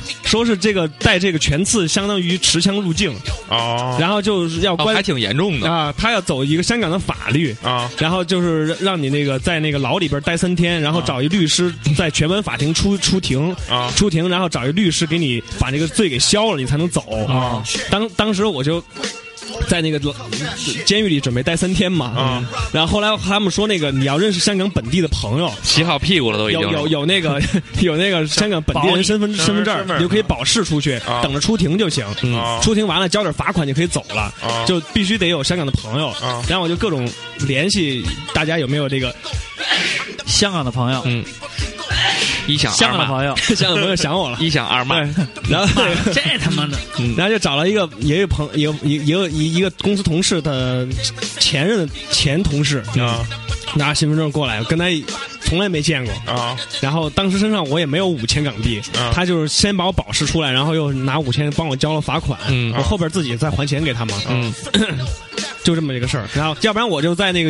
说是这个带这个全刺相当于持枪入境然后就是要还挺严重的啊，他要走一个香港的法律然后就是让你那个在那个牢里边待3天，然后找一律师在全文法庭出庭出庭，然后找一律师给你把这个罪给消了，你才能走当时我就在那个监狱里准备待3天嘛然后后来他们说那个你要认识香港本地的朋友， 洗好屁股了都已经有那个香港本地人身份证，你就可以保释出去，等着出庭就行。出庭完了交点罚款就可以走了，就必须得有香港的朋友。然后我就各种联系大家有没有这个香港的朋友。 一想香港的朋友， 香港朋友想我了， 一想二骂， 然后这他妈的， 然后就找了一个也有一个公司同事的前同事拿身份证过来，跟他从来没见过然后当时身上我也没有5000港币他就是先把我保释出来，然后又拿5000帮我交了罚款我后边自己再还钱给他嘛就这么一个事儿，然后要不然我就在那个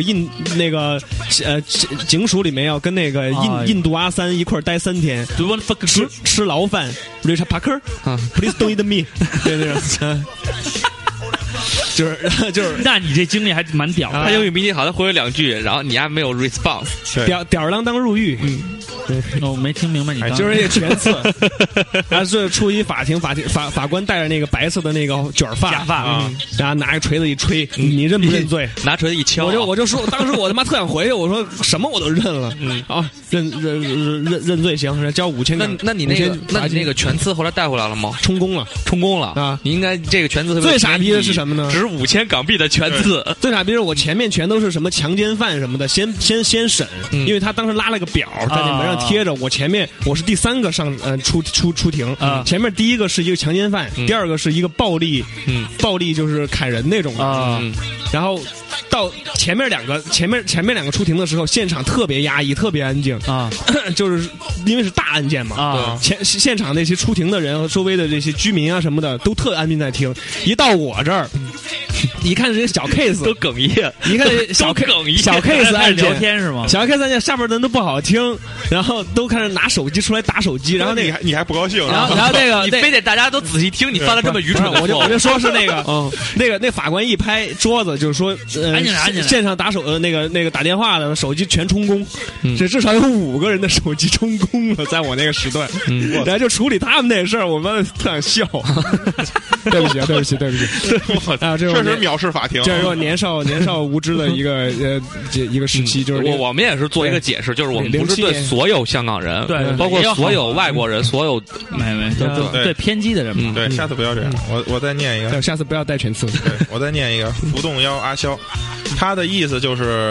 警署里面要跟那个印度阿三一块儿待3天，吃牢饭 ，Richard Parker，Please don't eat me， 对那种，就是， 那你这经历还蛮屌的。 他英语比你好，他回了2句，然后你还没有 response， 吊儿郎当入狱， 我没听明白你刚就是那个全刺，然后是出一法官戴着那个白色的那个卷发， 假发然后拿个锤子一吹，你认不认罪？ 拿锤子一敲， 我就说，当时我他妈特想回去，我说什么我都认了，认罪行，交5000港。 那你那个全刺后来带回来了吗？ 充公了啊！你应该这个全刺最傻逼的是什么呢？ 值5000港币的全刺， 最傻逼是我前面全都是什么强奸犯什么的，先审，因为他当时拉了个表在那门上贴着，我前面我是第3个上出庭前面第1个是一个强奸犯，第2个是一个暴力就是砍人那种的然后到前面两个出庭的时候，现场特别压抑，特别安静就是因为是大案件嘛现场那些出庭的人和周围的这些居民啊什么的都特安静在听，一到我这儿一看是小 case 都哽咽， 一看小 case 案件聊天是吗？ 小 case 案件下边的人都不好听，然后都开始拿手机出来打手机，然后你还不高兴， 然后那个你非得大家都仔细听，你犯了这么愚蠢的错误， 我就说是那个那法官一拍桌子，就是说安静线上打那个打电话的手机全充公，这至少有5个人的手机充公了，在我那个时段，然后就处理他们那事儿，我们特想笑。对不起， 确实藐视法庭， 这是我年少无知的一个时期，就是我们也是做一个解释，就是我们不是对所有香港人， 对， 包括所有外国人，所有对偏激的人嘛。 对，下次不要这样。我再念一个， 下次不要带全刺。 对，我再念一个浮动妖阿肖，他的意思就是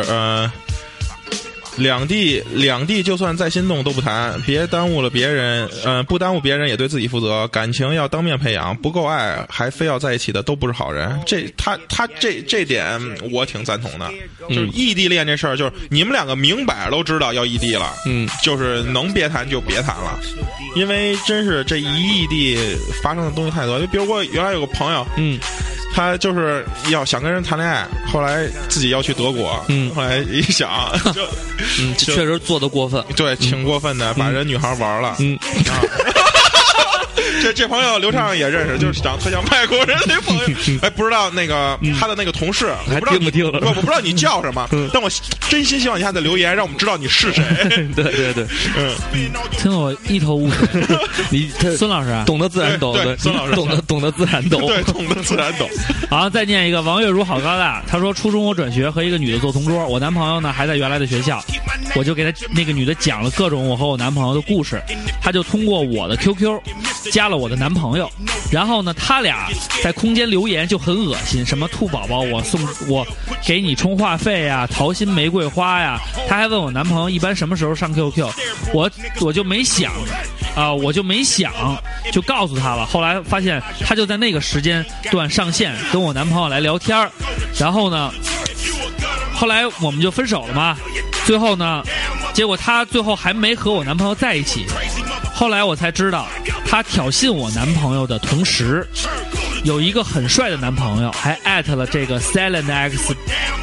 两地就算再心动都不谈，别耽误了别人，不耽误别人也对自己负责，感情要当面培养，不够爱还非要在一起的都不是好人。他这点我挺赞同的，就是异地恋这事儿，就是你们2个明摆都知道要异地了，就是能别谈就别谈了，因为真是这一异地发生的东西太多。就比如我原来有个朋友，他就是想跟人谈恋爱，后来自己要去德国，后来一想就确实做得过分， 对，挺过分的，把人女孩玩了，这朋友刘畅也认识，就是长得特像外国人那朋友。哎，不知道那个他的那个同事， 还听不听了？ 我不知道你叫什么，但我真心希望你下次留言，让我们知道你是谁。 对， 听得我一头雾水。你孙老师啊， 懂得自然懂， 对，孙老师懂得自然懂， 对，懂得自然懂。 好，再念一个，王月如好高大。他说，初中我转学和一个女的做同桌，我男朋友呢还在原来的学校，我就给他那个女的讲了各种我和我男朋友的故事，他就通过我的 QQ 加了我的男朋友，然后呢他俩在空间留言就很恶心，什么兔宝宝我给你充话费呀，桃心玫瑰花呀，他还问我男朋友一般什么时候上 QQ， 我就没想就告诉他了，后来发现他就在那个时间段上线跟我男朋友来聊天，然后呢后来我们就分手了嘛，最后呢结果他最后还没和我男朋友在一起，后来我才知道他挑衅我男朋友的同时有一个很帅的男朋友还艾特了这个 Silent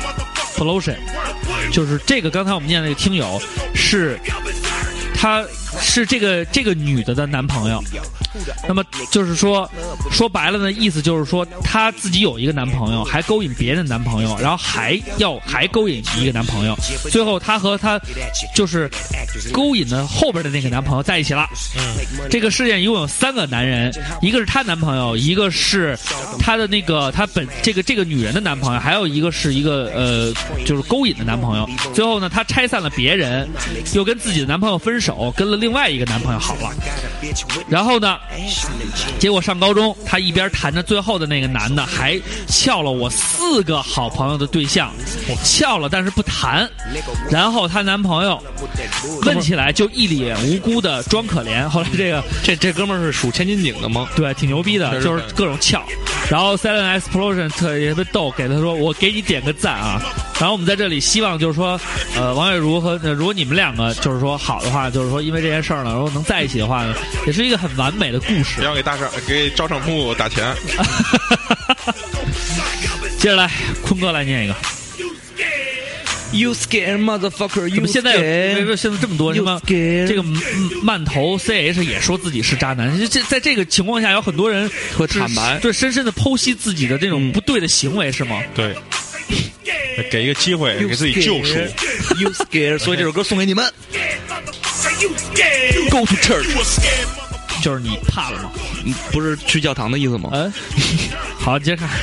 Explosion， 就是这个刚才我们念的那个听友是他是这个女的男朋友。那么就是说白了呢，意思就是说她自己有一个男朋友，还勾引别人的男朋友，然后还勾引一个男朋友，最后她和她就是勾引的后边的那个男朋友在一起了。这个事件一共有3个男人，一个是她男朋友，一个是她的那个她这个女人的男朋友，还有一个是一个就是勾引的男朋友。最后呢，她拆散了别人，又跟自己的男朋友分手，跟了另外一个男朋友好了。然后呢，结果上高中，她一边谈着最后的那个男的，还撬了我4个好朋友的对象，撬了但是不谈。然后她男朋友问起来就一脸无辜的装可怜。后来这哥们儿是数千斤顶的吗？ 对，挺牛逼的，就是各种撬。然后 Silent Explosion 特别逗，给他说我给你点个赞啊。然后我们在这里希望就是说，王月如和如果你们2个就是说好的话，就是说因为这件事儿呢，如果能在一起的话呢，也是一个很完美的故事。 不要给赵尚木打钱。 接着来，坤哥来念一个。 You scared motherfucker! You 现在这么多什么？这个慢头 CH 也说自己是渣男。在这个情况下，有很多人会坦白， 对深深的剖析自己的这种不对的行为，是吗？ 对，给一个机会，给自己救赎。 You scared！ 所以这首歌送给你们。Go to church！ 就是你怕了吗？ 不是去教堂的意思吗？ 好，接着看。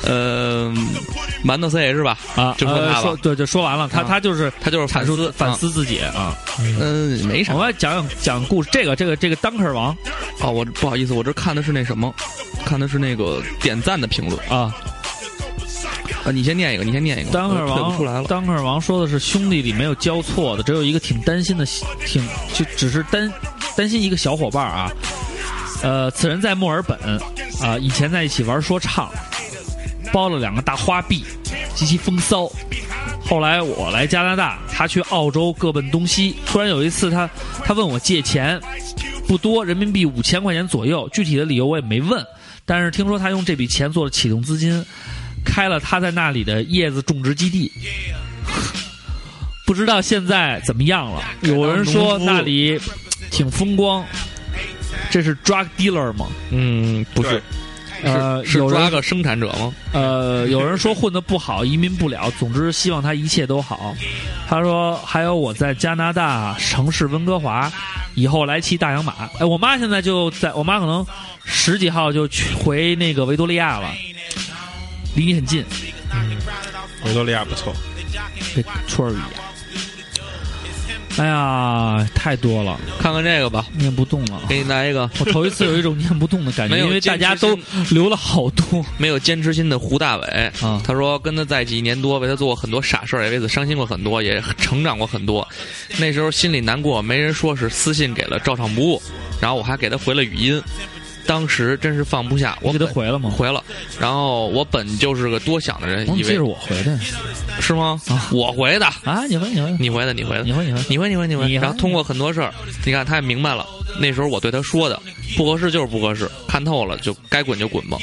馒头 CH 吧，就说他吧， 对，就说完了。他就是反思自己啊。 没啥。 我来讲故事。这个 Dunker 王。 我不好意思，我这看的是那什么，看的是那个点赞的评论啊。你先念一个。 Dunker 王出来了。 Dunker 王说的是兄弟里没有交错的，只有一个挺担心的，就只是担心一个小伙伴啊。此人在墨尔本啊，以前在一起玩说唱，包了2个大花臂，极其风骚。后来我来加拿大，他去澳洲，各奔东西。突然有一次他问我借钱，不多，人民币5000块钱左右，具体的理由我也没问。但是听说他用这笔钱做了启动资金，开了他在那里的叶子种植基地。不知道现在怎么样了？有人说那里挺风光。这是 drug dealer 吗？ 不是。是抓个生产者吗？ 有人说混得不好，移民不了。总之，希望他一切都好。他说，还有我在加拿大城市温哥华，以后来骑大洋马。我妈现在就在，我妈可能10几号就回那个维多利亚了，离你很近。 维多利亚不错。 这戳耳语。哎呀，太多了， 看看这个吧， 念不动了。 给你来一个， 我头一次有一种念不动的感觉，因为大家都留了好多。 没有坚持心的胡大伟啊，他说跟他在一起1年多，为他做过很多傻事儿，也为此伤心过很多，也成长过很多。那时候心里难过，没人说，是私信给了照常不误，然后我还给他回了语音。当时真是放不下，我给他回了吗？ 回了。然后我本就是个多想的人，以为是我回的， 是吗？我回的啊！你回的。 然后通过很多事儿，你看他也明白了，那时候我对他说的不合适就是不合适，看透了就该滚就滚吧。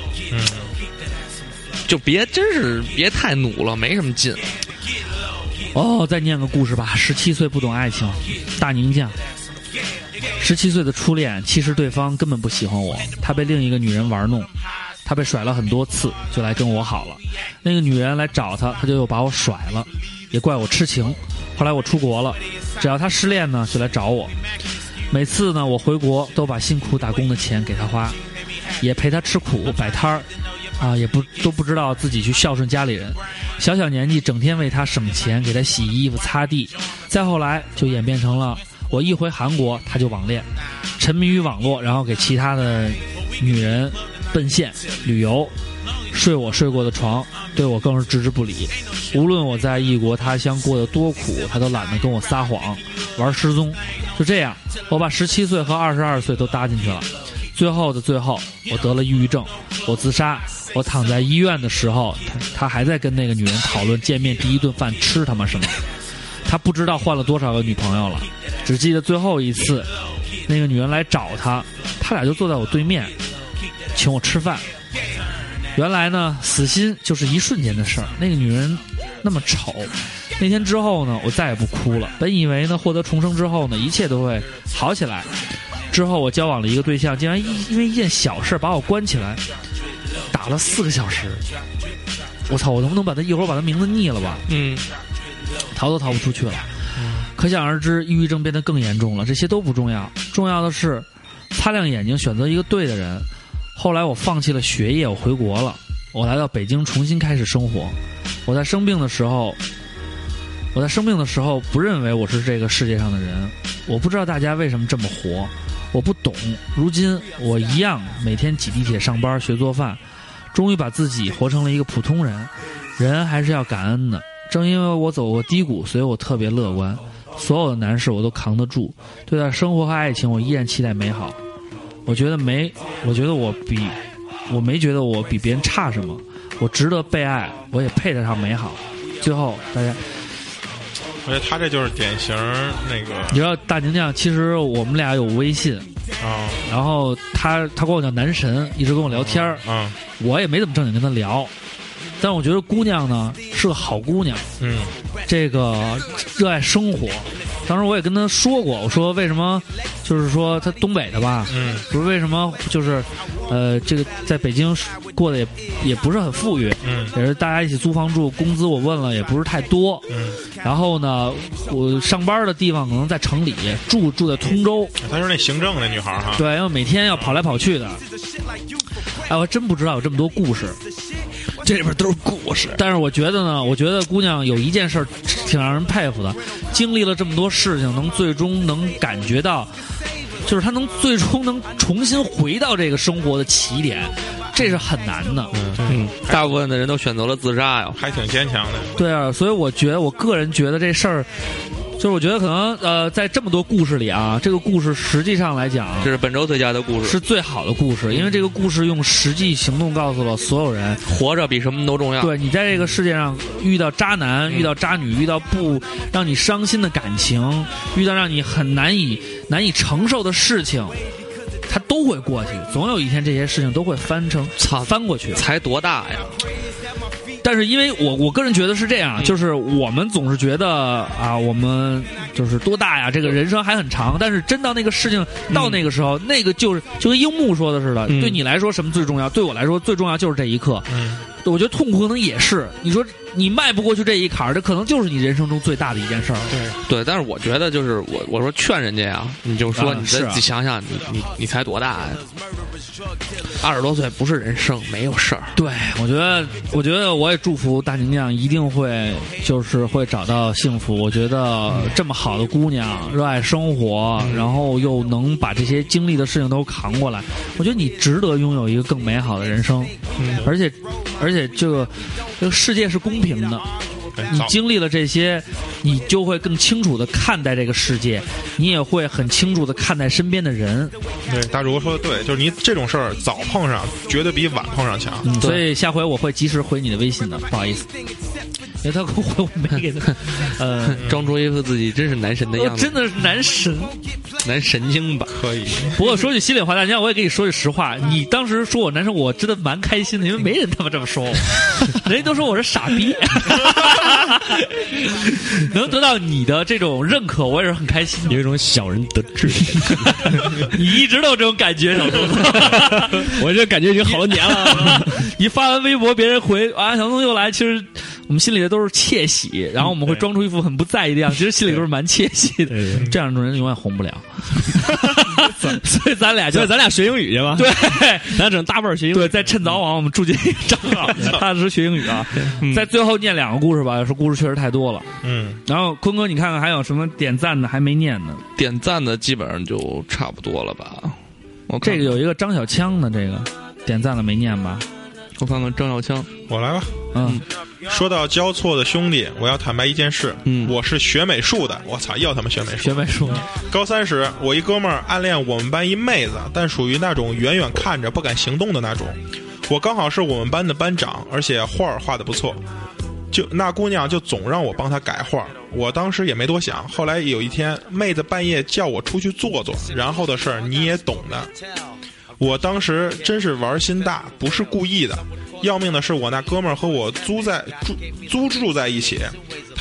就别太努了，没什么劲。 再念个故事吧。17岁不懂爱情，大宁酱。17岁的初恋，其实对方根本不喜欢我，他被另一个女人玩弄，他被甩了很多次，就来跟我好了。那个女人来找他，他就又把我甩了，也怪我痴情。后来我出国了，只要他失恋呢，就来找我。每次呢，我回国都把辛苦打工的钱给他花，也陪他吃苦摆摊儿，也都不知道自己去孝顺家里人。小年纪整天为他省钱，给他洗衣服擦地。再后来就演变成了我一回韩国他就网恋，沉迷于网络，然后给其他的女人奔现旅游，睡我睡过的床，对我更是置之不理。无论我在异国他乡过得多苦，他都懒得跟我撒谎，玩失踪。就这样，我把17岁和22岁都搭进去了。最后的最后，我得了抑郁症，我自杀。我躺在医院的时候，他还在跟那个女人讨论见面第一顿饭吃他妈什么。他不知道换了多少个女朋友了，只记得最后一次那个女人来找他，他俩就坐在我对面请我吃饭。原来呢，死心就是一瞬间的事儿。那个女人那么丑， 那天之后呢，我再也不哭了。本以为呢，获得重生之后呢，一切都会好起来。之后我交往了一个对象，竟然因为一件小事把我关起来，打了4个小时。我操！我能不能一会儿把他名字腻了吧？逃都逃不出去了。可想而知，抑郁症变得更严重了。这些都不重要，重要的是擦亮眼睛，选择一个对的人。后来我放弃了学业，我回国了。我来到北京，重新开始生活。我在生病的时候不认为我是这个世界上的人。我不知道大家为什么这么活，我不懂。如今我一样每天挤地铁上班，学做饭，终于把自己活成了一个普通人。人还是要感恩的。正因为我走过低谷，所以我特别乐观。所有的难事我都扛得住。对待生活和爱情，我依然期待美好。我没觉得我比别人差什么。我值得被爱，我也配得上美好。最后，大家， 我觉得他这就是典型那个。 你知道大宁酱，其实我们俩有微信啊， 然后他管我叫男神，一直跟我聊天啊， 我也没怎么正经跟他聊。但我觉得姑娘呢是个好姑娘，这个热爱生活。当时我也跟他说过，我说为什么，就是说他东北的吧，说为什么就是这个在北京过得也不是很富裕，也是大家一起租房住，工资我问了也不是太多，然后呢，我上班的地方可能在城里，住在通州。 她是那行政的女孩哈， 对，因为每天要跑来跑去的。哎，我真不知道有这么多故事。 这里边都是故事， 但是我觉得姑娘有一件事挺让人佩服的，经历了这么多事情，最终能感觉到，就是她最终能重新回到这个生活的起点，这是很难的。 大部分的人都选择了自杀呀， 还挺坚强的。 对啊，所以我个人觉得这事儿。就是我觉得可能在这么多故事里啊，这个故事实际上来讲， 这是本周最佳的故事， 是最好的故事，因为这个故事用实际行动告诉了所有人， 活着比什么都重要。 对，你在这个世界上遇到渣男、遇到渣女、遇到不让你伤心的感情，遇到让你很难以承受的事情，它都会过去，总有一天这些事情都会翻过去。 才多大呀？ 但是因为我个人觉得是这样，就是我们总是觉得啊，我们就是多大呀，这个人生还很长。但是真到那个事情到那个时候，那个就跟樱木说的似的，对你来说什么最重要？对我来说最重要就是这一刻。我觉得痛苦可能也是，你说你迈不过去这一坎儿，这可能就是你人生中最大的一件事儿。 对，但是我觉得就是我说劝人家呀，你就说你自己想想，你才多大呀？20多岁不是人生，没有事儿。 对，我觉得我也祝福大宁酱一定会找到幸福。我觉得这么好的姑娘，热爱生活，然后又能把这些经历的事情都扛过来，我觉得你值得拥有一个更美好的人生。而且这个世界是公平的。你经历了这些，你就会更清楚地看待这个世界，你也会很清楚地看待身边的人。 对，大主播说的对，就是你这种事儿早碰上，绝对比晚碰上强。 所以下回我会及时回你的微信的，不好意思。因为他给我回，我没给他。 装出一副自己真是男神的样子， 真的是男神经吧？ 可以。 不过说句心里话，大家我也跟你说句实话，你当时说我男神，我真的蛮开心的，因为没人他妈这么说我，人家都说我是傻逼。能得到你的这种认可，我也是很开心的。 有一种小人得志。 你一直都有这种感觉，小东。 我这感觉已经好多年了。 你发完微博，别人回啊，小东又来，其实我们心里的都是窃喜，然后我们会装出一副很不在意的样子，其实心里都是蛮窃喜的。这样的人永远红不了。所以咱俩学英语去吧。 对， 咱整大辈学英语。 对，在趁早网我们铸建一个账号，踏实学英语啊。在最后念2个故事吧，说故事确实太多了。然后坤哥，你看看还有什么点赞的还没念呢？ 点赞的基本上就差不多了吧。 这个有一个张小枪的，这个点赞了没念吧？ 我看看张小枪， 我来吧。说到交错的兄弟，我要坦白一件事。我是学美术的。我操，又他妈学美术。 学美术。 高3时，我一哥们儿暗恋我们班一妹子，但属于那种远远看着不敢行动的那种。我刚好是我们班的班长，而且画儿画得不错。就那姑娘就总让我帮她改画，我当时也没多想。后来有一天，妹子半夜叫我出去坐坐，然后的事儿你也懂的。我当时真是玩心大，不是故意的。要命的是，我那哥们儿和我租住在一起，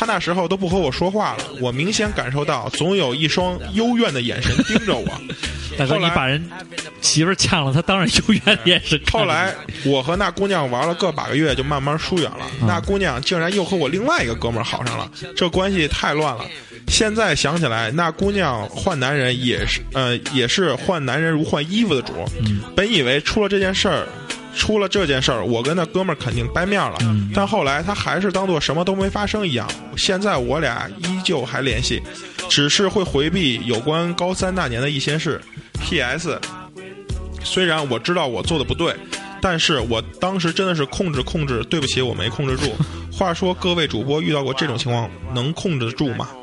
他那时候都不和我说话了，我明显感受到总有一双幽怨的眼神盯着我。 大哥，你把人媳妇呛了，他当然幽怨的眼神。 后来我和那姑娘玩了个把个月，就慢慢疏远了。那姑娘竟然又和我另外一个哥们儿好上了，这关系太乱了。现在想起来，那姑娘换男人也是换男人如换衣服的主。本以为出了这件事儿，我跟那哥们儿肯定掰面了，但后来他还是当做什么都没发生一样。现在我俩依旧还联系，只是会回避有关高三那年的一些事。P.S. 虽然我知道我做的不对，但是我当时真的是控制，对不起，我没控制住。话说各位主播遇到过这种情况，能控制住吗？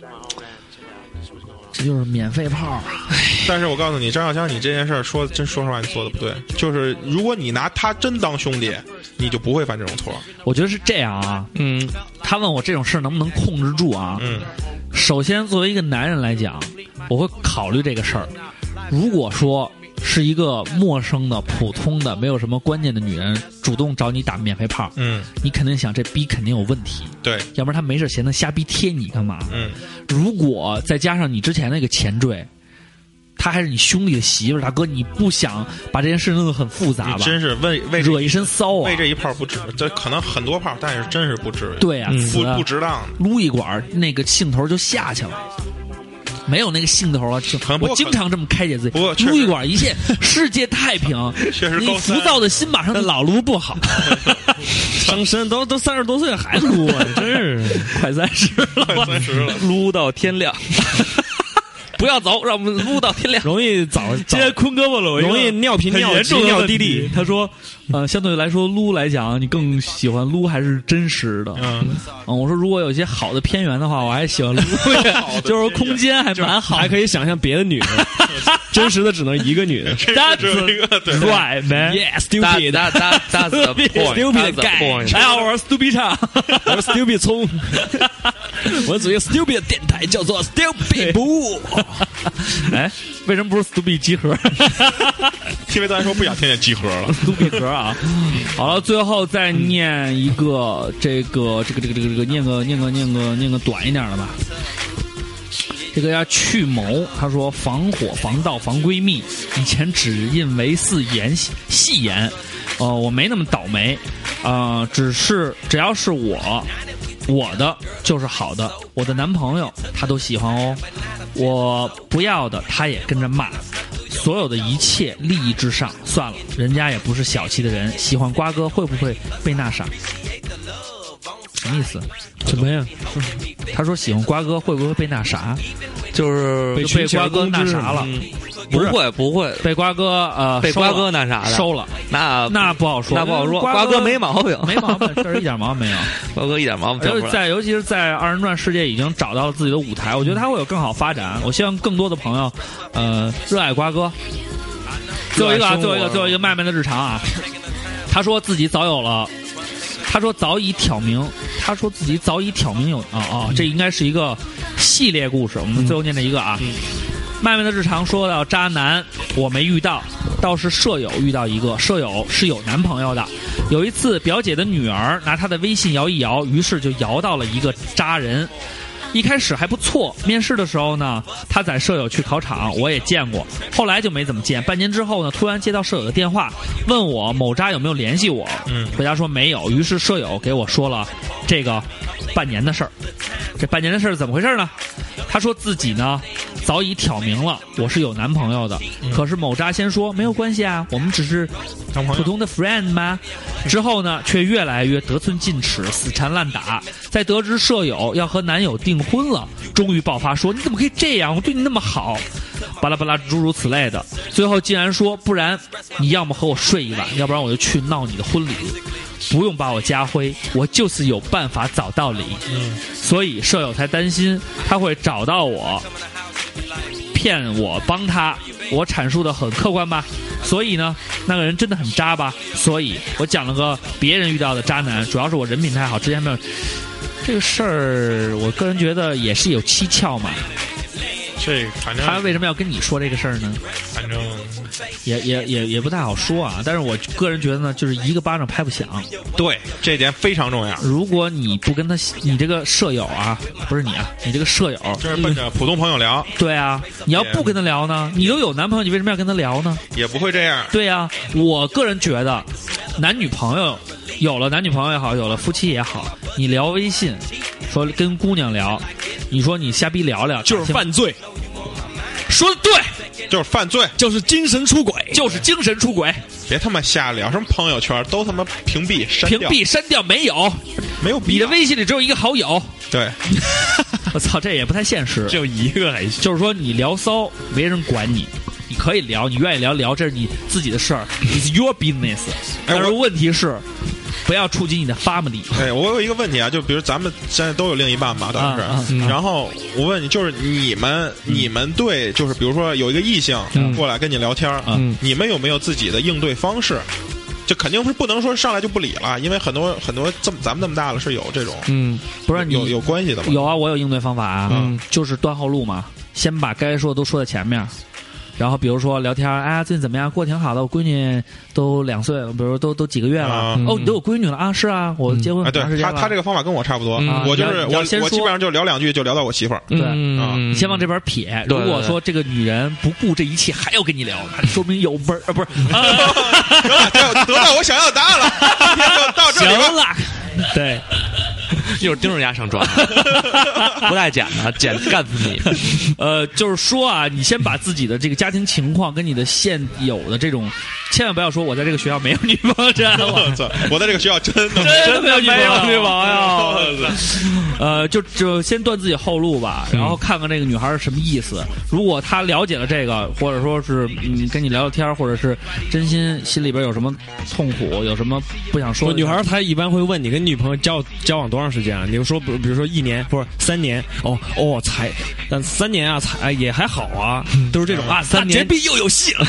这就是免费炮。 但是我告诉你，张小强，你这件事儿说实话，你做的不对。就是如果你拿他真当兄弟，你就不会犯这种错。 我觉得是这样啊，他问我这种事能不能控制住啊？首先作为一个男人来讲，我会考虑这个事儿。如果说是一个陌生的、普通的、没有什么关键的女人主动找你打免费炮，你肯定想这逼肯定有问题， 对， 要不然他没事闲的瞎逼贴你干嘛？如果再加上你之前那个前缀，他还是你兄弟的媳妇儿，大哥，你不想把这件事弄得很复杂吧？ 真是为惹一身骚啊！ 为这一炮不值，这可能很多炮，但是真是不值。 对啊， 不值当， 撸一管那个兴头就下去了。没有那个兴头了，我经常这么开解自己。撸一管一切世界太平， 确实你浮躁的心马上老撸不好，伤身都30多岁还撸啊，真是快30了， 快30了， 撸到天亮。不要走，让我们撸到天亮。 容易今天坤哥问了我容易尿频尿急尿滴滴。 他说，相对来说撸来讲，你更喜欢撸还是真实的？我说如果有一些好的片源的话，我还喜欢撸，就是空间还蛮好， 还可以想象别的女人，真实的只能一个女人。 That's right, man. Yeah, stupid. That's the point. Stupid guy. 来啊，我是 stupid 唱， 我是 stupid 葱。我组一个 stupid 电台，叫做 stupid 不。 哎，为什么不是 stupid 集合？ 因为咱说不想听见集合了。 stupid 盒啊。好了，最后再念一个这个，念个短一点的吧。这个叫去谋，他说防火防盗防闺蜜，以前只因为戏言，我没那么倒霉，只要是我的就是好的，我的男朋友他都喜欢哦，我不要的他也跟着骂，所有的一切利益至上，算了，人家也不是小气的人，喜欢瓜哥会不会被那啥？什么意思？ 什么呀？ 他说喜欢瓜哥会不会被那啥？ 就是被瓜哥那啥了？ 不会被瓜哥被瓜哥那啥的收了，那不好说， 那不好说。瓜哥没毛病， 没毛病，确实一点毛病没有。 瓜哥一点毛病不出来。 尤其是在二人转世界已经找到了自己的舞台，我觉得他会有更好发展。我希望更多的朋友热爱瓜哥。最后一个麦麦的日常啊，他说自己早有了。他说早已挑明，有这应该是一个系列故事。我们最后念这一个啊，麦麦的日常说到渣男，我没遇到，倒是舍友遇到一个，舍友是有男朋友的。有一次表姐的女儿拿她的微信摇一摇，于是就摇到了一个渣人。一开始还不错，面试的时候呢，他载舍友去考场，我也见过，后来就没怎么见。半年之后呢，突然接到舍友的电话，问我某渣有没有联系我，回答说没有。于是舍友给我说了这个半年的事儿。这半年的事儿怎么回事呢？他说自己呢早已挑明了我是有男朋友的，可是某渣先说没有关系啊，我们只是普通的 friend 吗？之后呢却越来越得寸进尺，死缠烂打。在得知舍友要和男友订婚了，终于爆发说你怎么可以这样，我对你那么好，巴拉巴拉诸如此类的。最后竟然说不然你要么和我睡一晚，要不然我就去闹你的婚礼，不用把我家徽，我就是有办法找到你。所以舍友才担心他会找到我骗我帮他，我阐述的很客观吧，所以呢那个人真的很渣吧，所以我讲了个别人遇到的渣男，主要是我人品太好，之前没有这个事儿，我个人觉得也是有蹊跷嘛。 这反正他为什么要跟你说这个事儿呢？ 反反正也不太好说啊。但是我个人觉得呢，就是一个巴掌拍不响。 对，这点非常重要。 如果你不跟他，你这个舍友啊，不是你啊，你这个舍友， 就是奔着普通朋友聊。 对啊，你要不跟他聊呢，你都有男朋友，你为什么要跟他聊呢？ 也不会这样。 对啊，我个人觉得，男女朋友有了男女朋友也好，有了夫妻也好，你聊微信，说跟姑娘聊，你说你瞎逼聊聊， 就是犯罪。 说的对， 就是犯罪， 就是精神出轨， 就是精神出轨。 别他妈瞎聊，什么朋友圈都他妈屏蔽删掉， 没有必要。 你的微信里只有一个好友。 对， 我操，这也不太现实。 只有一个还行。 就是说你聊骚，没人管你。你可以聊，你愿意聊，这是你自己的事儿，It's your business。但是问题是，不要触及你的 family。 哎，我有一个问题啊，就比如咱们现在都有另一半嘛，当时，然后我问你，就是你们对，就是比如说有一个异性过来跟你聊天，你们有没有自己的应对方式？这肯定是不能说上来就不理了，因为很多咱们这么大了是有这种， 不是你有关系的吗？ 有啊，我有应对方法啊，就是断后路嘛，先把该说的都说在前面。然后比如说聊天，哎，最近怎么样？过挺好的，我闺女都2岁了，比如都几个月了。哦，你都有闺女了啊？是啊，我结婚很长时间了。 他这个方法跟我差不多，我就是我基本上就聊2句就聊到我媳妇儿。 对，你先往这边撇。如果说这个女人不顾这一切还要跟你聊，那说明有味儿啊，不是？ 得到我想要的答案了，就到这里了。对。 一会儿盯着人家上妆，不带剪的，剪干死你。 就是说啊，你先把自己的这个家庭情况跟你的现有的这种，千万不要说我在这个学校没有女朋友，这样我在这个学校真的没有女朋友。就先断自己后路吧，然后看看这个女孩是什么意思。如果她了解了这个，或者说是跟你聊聊天，或者是真心里边有什么痛苦，有什么不想说的， 女孩她一般会问你跟女朋友交往多长时间啊？你就说比如说1年或者3年，但3年啊才也还好啊，都是这种3年绝壁又有戏了。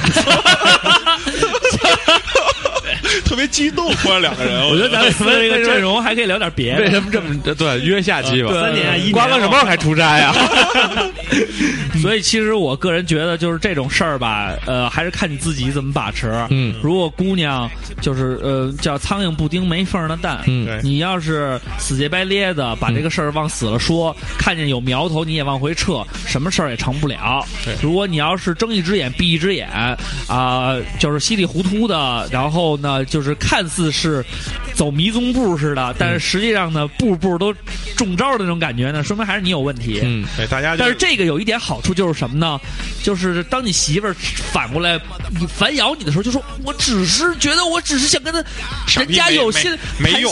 特别激动，忽然2个人， 我觉得咱们这个阵容还可以聊点别的。 为什么这么对约下期吧 ？3年啊，1年， 瓜哥什么时候还出差呀？ 所以其实我个人觉得，就是这种事儿吧，还是看你自己怎么把持。如果姑娘就是叫苍蝇不叮没缝的蛋，你要是死乞白咧的把这个事儿往死了说，看见有苗头你也往回撤，什么事儿也成不了。如果你要是睁一只眼闭一只眼就是稀里糊涂的，然后呢，就是看似是走迷踪步似的，但是实际上呢，步步都中招的那种感觉呢，说明还是你有问题。 对大家。 但是这个有一点好处就是什么呢？就是当你媳妇儿反过来反咬你的时候，就说我只是觉得我只是想跟他，人家有心没用，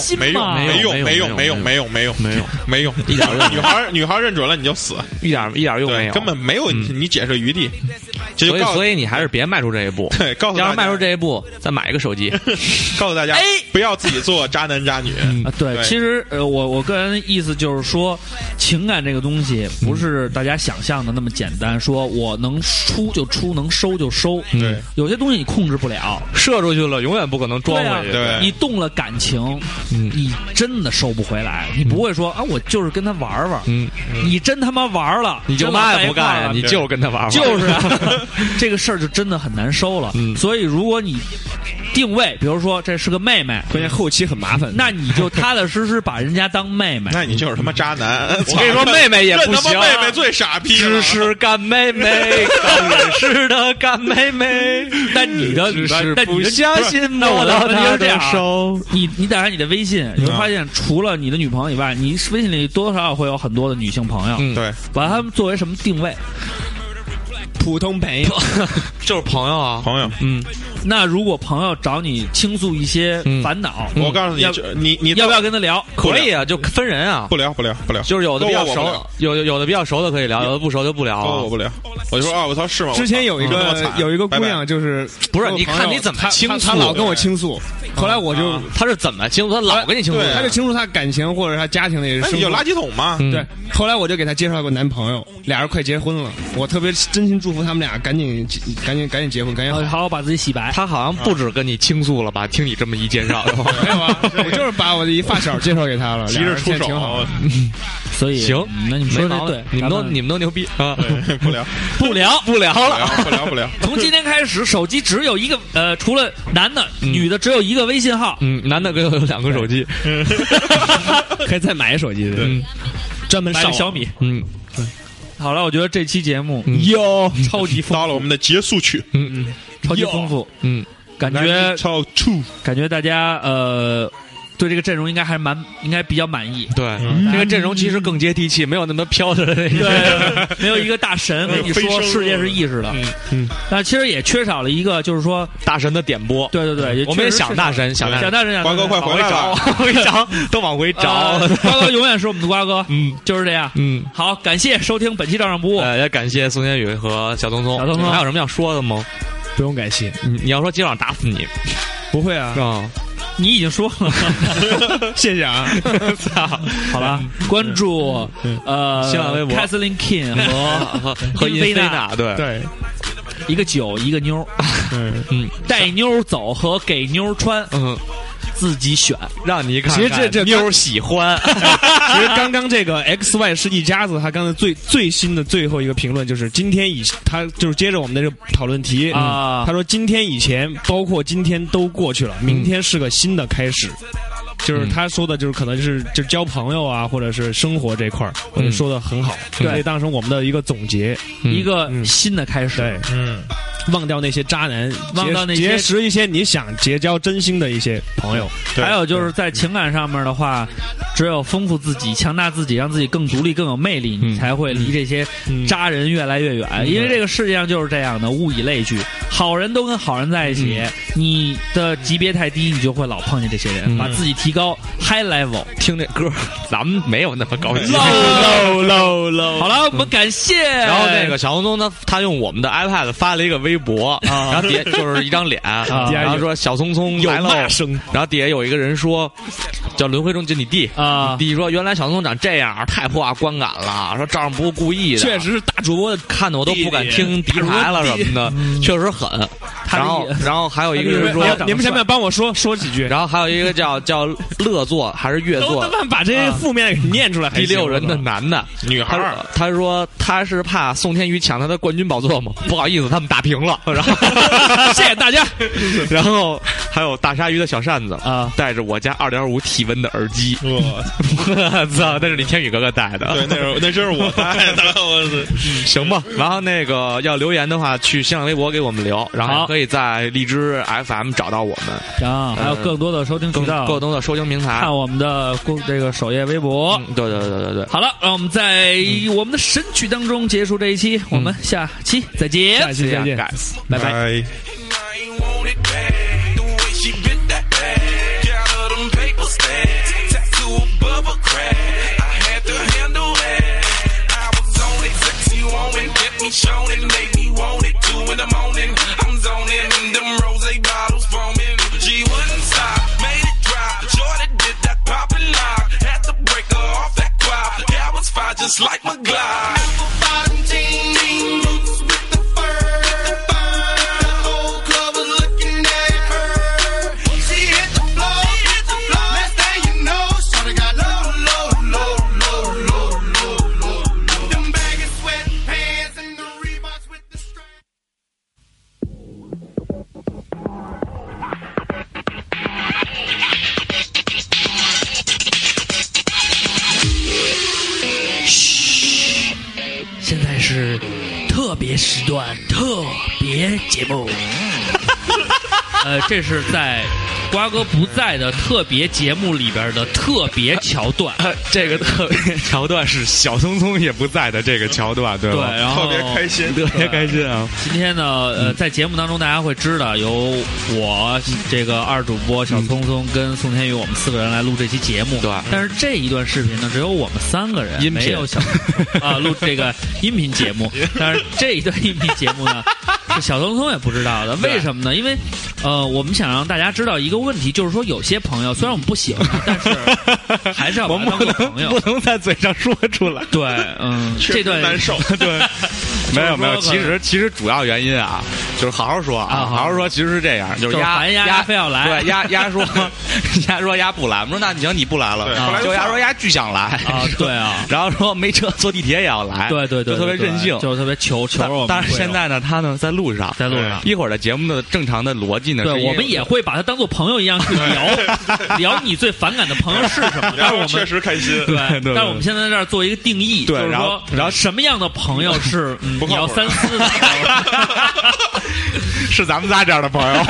一点用。女孩认准了你就死， 一点用没有， 根本没有你解释余地。 所以你还是别迈出这一步。 对，告诉大家， 要是迈出这一步，再买一个手机。 告诉大家，不要自己做渣男渣女。 对，其实我个人的意思就是说，情感这个东西不是大家想象的那么简单，说我能出就出，能收就收。 对， 有些东西你控制不了， 射出去了永远不可能装回去。 对， 你动了感情，你真的收不回来。你不会说我就是跟他玩玩。你真他妈玩了， 你就嘛也不干呀，你就跟他玩玩。 就是这个事儿就真的很难收了。所以如果你定位，比如说这是个妹妹， 关键后期很麻烦， 那你就踏踏实实把人家当妹妹。 那你就是他妈渣男。 我跟你说，妹妹也不行， 妹妹最傻逼了， 只是干妹妹，刚认识的干妹妹。 那你的不相信摸到她的手。 你打开你的微信，你会发现除了你的女朋友以外，你微信里多多少少会有很多的女性朋友。 对， 把他们作为什么定位？ 普通朋友。 就是朋友啊， 朋友。 那如果朋友找你倾诉一些烦恼， 我告诉你，你要不要跟他聊？ 可以啊，就分人啊。 不聊， 就是有的比较熟，有的比较熟的可以聊，有的不熟就不聊。 我不聊，我就说我操，是吗？ 之前有一个姑娘，就是不是，你看你怎么倾诉？ 她老跟我倾诉，后来我就她是怎么倾诉？她老跟你倾诉， 她就倾诉她感情或者她家庭的生活。 有垃圾桶吗？ 对，后来我就给她介绍个男朋友，俩人快结婚了，我特别真心祝福他们俩赶紧赶紧结婚，赶紧好好把自己洗白。 他好像不止跟你倾诉了吧？听你这么一介绍的话， 没有啊，我就是把我的一发小介绍给他了， 急着出手挺好的。 所以行， 那你们说的对， 你们都牛逼啊！ 不聊了。 从今天开始，手机只有一个除了男的，女的只有一个微信号。 男的有2个手机， 可以再买手机，专门买小米。好了，我觉得这期节目超级丰富， 到了我们的结束曲， 超级丰富，感觉大家对这个阵容应该比较满意。 对，这个阵容其实更接地气，没有那么飘着的那个， 对，没有一个大神跟你说世界是意识的，但其实也缺少了一个，就是说大神的点播。 对， 我们也想大神，想大神， 瓜哥快回来了， 都往回找， 瓜哥永远是我们的瓜哥，就是这样，好，感谢收听本期照上不误， 也感谢宋天宇和小聪聪，还有什么要说的吗？ 不用感谢， 你要说今晚打死你， 不会啊。 你已经说了， 谢谢啊！ 好了，关注新浪微博 Kathleen King 和英菲娜，对， 一个酒一个妞，带妞走和给妞穿，自己选， 让你看。 其实这妞喜欢。 其实刚刚这个 XY 世纪家子，他刚才最新的最后一个评论就是他就是接着我们的这个讨论题他说今天以前包括今天都过去了，明天是个新的开始。就是他说的，就是可能是就交朋友啊，或者是生活这块儿，我觉得说的很好，可以当成我们的一个总结， 一个新的开始。 对，忘掉那些渣男， 忘掉那些结识一些你想结交真心的一些朋友。 还有就是在情感上面的话，只有丰富自己、强大自己，让自己更独立、更有魅力，你才会离这些渣人越来越远。因为这个世界上就是这样的，物以类聚，好人都跟好人在一起，你的级别太低，你就会老碰见这些人，把自己提高 high level。 听这歌，咱们没有那么高级。 low。好了，我们感谢。 然后那个小聪聪呢，他用我们的 iPad 发了一个微博，然后底下就是一张脸，然后说小聪聪来了，然后底下有一个人说叫轮回中就你弟啊，弟说原来小聪聪长这样，太破坏观感了，说照样不是故意的， 确实是大主播看的我都不敢听敌台了什么的，确实狠。然后还有一个人说， 你们前面帮我说几句。 然后还有一个叫乐作还是乐作， 把这些负面给念出来。 第6人的男的女孩， 他说他是怕宋天宇抢他的冠军宝座吗？不好意思，他们打平了。然后谢谢大家。 然后还有大鲨鱼的小扇子啊，带着我家2.5体温的耳机。我操，那是李天宇哥哥带的。 对，那真是我带的。我行吧。然后那个要留言的话，去新浪微博给我们留，然后可以在荔枝 FM 找到我们。 然后还有更多的收听渠道， 更多的收听平台， 看我们的这个首页微博。 对。 好了，让我们在我们的神曲当中结束这一期，我们下期再见。 下期再见， 拜拜。 Just like my glide. Apple bottom jeans, boots with the fur. The whole club was looking at her. She hit the floor. Next thing you know, shorty got low. Them baggy sweatpants and the Reeboks with the strap. 现在是特别时段特别节目，这是在瓜哥不在的特别节目里边的特别桥段。 这个特别桥段是小聪聪也不在的这个桥段，对吧？ 对，然后特别开心， 特别开心啊！ 今天呢，在节目当中大家会知道，由我这个二主播小聪聪跟宋天宇我们4个人来录这期节目。 对， 但是这一段视频呢，只有我们3个人，没有小录这个音频节目。但是这一段音频节目呢，是小聪聪也不知道的。为什么呢？因为我们想让大家知道一个问题，就是说有些朋友虽然我们不喜欢，但是还是要把他当做朋友， 不能在嘴上说出来。 对，这段难受。 对，没有。其实主要原因啊， 就是好好说啊，好好说，其实是这样，就是鸭非要来， 对，鸭说鸭不来，我们说那行你不来了，就鸭说鸭巨想来啊，对啊， 然后说没车坐地铁也要来， 对， 就特别任性， 就是特别求我们。 但是现在呢，他呢在路上，一会儿的节目的正常的逻辑呢， 对，我们也会把他当做朋友一样去聊你最反感的朋友是什么，但是我们确实开心， 对，但是我们现在在这儿做一个定义， 对， 就是说，然后什么样的朋友是你要三思的， 是咱们仨这样的朋友。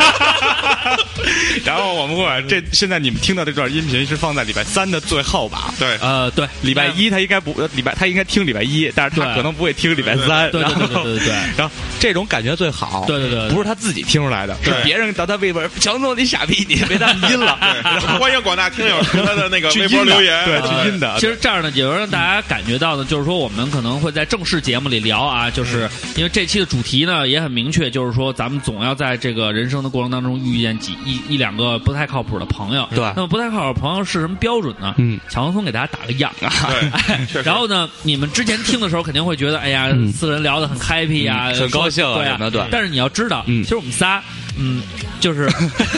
然后我们会把现在你们听到这段音频是放在礼拜3的最后吧？ 对， 对， 礼拜1他应该不他应该听礼拜1，但是他可能不会听礼拜3。 对。 然后这种感觉最好， 对， 不是他自己听出来的，是别人到他微博强总你傻逼，你别当音了。 欢迎广大听友他的那个微博留言， 对，去音的。 其实这样呢，也让大家感觉到的，就是说我们可能会在正式节目里聊啊，就是因为这期的主题呢也很明确，就是说咱们总要在这个人生的过程当中遇见一两个不太靠谱的朋友。 对， 那么不太靠谱的朋友是什么标准呢？乔松松给大家打个样啊。 对， 然后呢，你们之前听的时候肯定会觉得，哎呀，4个人聊得很 happy 啊， 很高兴啊， 什么的。 但是你要知道，其实我们仨，就是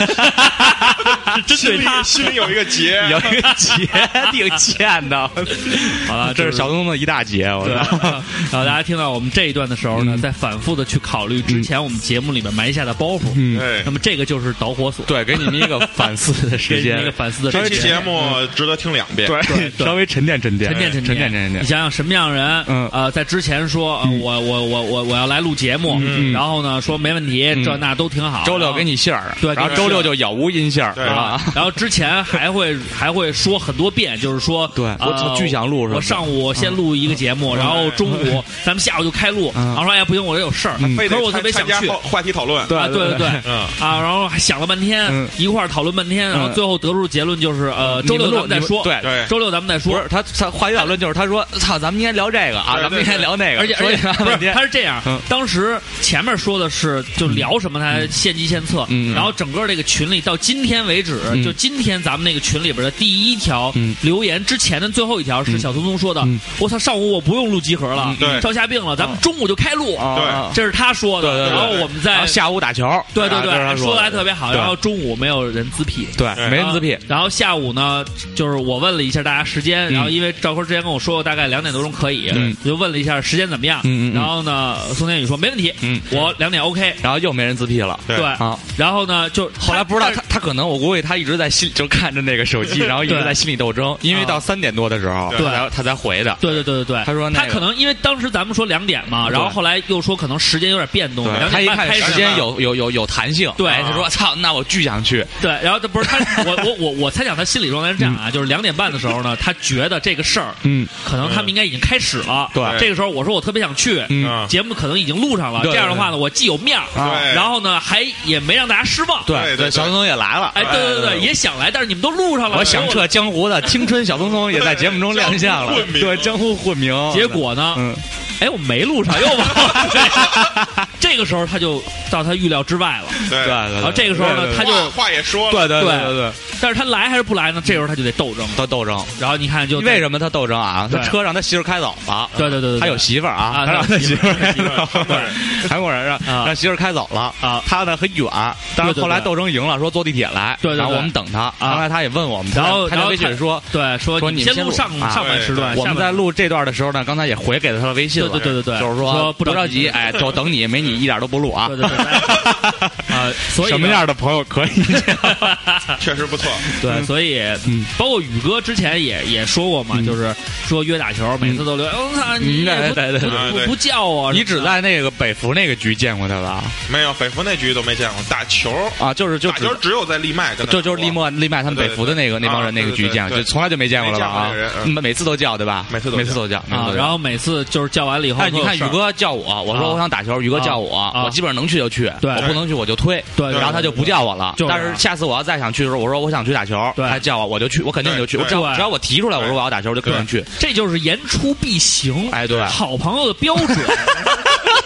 针对他心里有一个结， 挺欠的。 好了， 这是小东东的一大节，我然后大家听到我们这一段的时候呢，再反复的去考虑之前我们节目里面埋下的包袱。那么这个就是导火索， 对，给你们一个反思的时间， 一个反思的时间。 这期节目值得听2遍， 对，稍微沉淀。 你想想什么样人？在之前说我要来录节目，然后呢说没问题，这那都挺好。 周六给你信儿， 对， 然后周六就杳无音信儿， 对吧？ 然后之前还会说很多遍，就是说， 对，我巨想录， 我上午先录一个节目，然后中午咱们下午就开录，然后说哎呀不行，我这有事儿，可是我特别想去话题讨论， 对，然后还想了半天，一块儿讨论半天，然后最后得出结论就是周六咱们再说， 对， 周六咱们再说。 不是他话题讨论就是他说操，咱们今天聊这个啊，咱们今天聊那个， 而且不是他是这样，当时前面说的是就聊什么他献计献策，然后整个这个群里到今天为止，就今天咱们那个群里边的第一条留言之前的最后一条是小聪聪说的，我操，上午我不用录集合了，烧瞎病了，咱们中午就开录， 对， 这是他说的，然后我们在下午打球， 对，说的还特别好，然后中午没有人自辟， 对，没人自辟， 然后下午呢，就是我问了一下大家时间，然后因为赵坤之前跟我说过大概2点多钟可以，就问了一下时间怎么样，然后呢，宋天宇说没问题，我2点 OK， 然后又没人自辟了， 对啊，然后呢，就后来不知道他可能我估计他一直在心就看着那个手机，然后一直在心理斗争，因为到3点多的时候，他才回的， 对， 他说他可能因为当时咱们说2点嘛，然后后来又说可能时间有点变动， 他一看时间有弹性， 对， 他说操，那我巨想去， 对，然后他不是他我猜想他心理状态是这样啊，就是2点半的时候呢，他觉得这个事儿，可能他们应该已经开始了， 对， 这个时候我说我特别想去，节目可能已经录上了，这样的话呢，我既有面儿，然后呢还也没让大家失望， 对，小聪聪也来了， 哎，对，也想来，但是你们都录上了， 我响彻江湖的青春小聪聪也在节目中亮相了，对，江湖混名， 结果呢，哎，我没录上，又往这个时候他就到他预料之外了， 对， 然后这个时候呢，他就话也说了， 对， 但是他来还是不来呢？这时候他就得斗争，然后你看就为什么他斗争啊？他车让他媳妇开走了， 对， 他有媳妇儿啊，他让他媳妇儿，对，韩国人让媳妇儿开走了啊，他呢很远，但是后来斗争赢了，说坐地铁来，然后我们等他，刚才他也问我们， 然后他微信说你先录上半时段， 我们在录这段的时候呢，刚才也回给了他的微信了， 对， 就是说不着急，哎，就等你，没你一点都不录啊， 对，所以什么样的朋友可以？ 确实不错， 对，所以包括宇哥之前也说过嘛，就是说约打球，每次都留，我操，你不叫我， 你只在那个北服那个局见过他吧？ 没有，北服那局都没见过。打球啊，就打球只有在利麦跟就是利麦他们北服的那帮人那个局见过，就从来就没见过了吧？啊，每次都叫对吧？ 每次都叫啊，然后每次就是叫完了以后， 哎，你看宇哥叫我说我想打球，宇哥叫我基本上能去就去，我不能去我就推， 对， 然后他就不叫我了。但是下次我要再想去的时候，我说我想去打球，他叫我就去，我肯定就去。只要我提出来，我说我要打球，我就肯定去。 这就是言出必行， 哎，对， 好朋友的标准。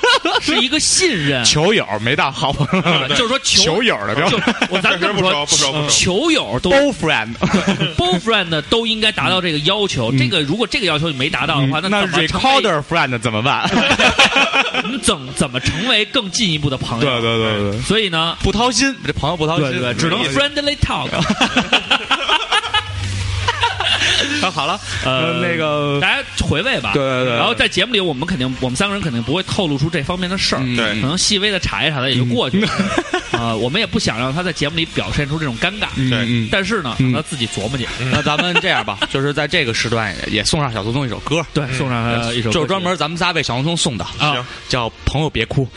是一个信任。 球友没到好朋友， 就是说球友的， 就咱这么说，球友都 boyfriend，both friend 都应该达到这个要求。这个如果这个要求你没达到的话， 那 recorder friend 怎么办？ 你怎么成为更进一步的朋友？ 对。 所以呢， 不掏心，这朋友不掏心， 对，只能 friendly talk。 好了，那个大家回味吧， 对。 然后在节目里，我们三个人肯定不会透露出这方面的事儿， 对， 可能细微的查一查，也就过去了。我们也不想让他在节目里表现出这种尴尬， 对。 但是呢，让他自己琢磨去。 那咱们这样吧，就是在这个时段也送上小聪聪一首歌， 对，送上他一首歌， 就是专门咱们仨为小聪聪送的啊， 叫《朋友别哭》。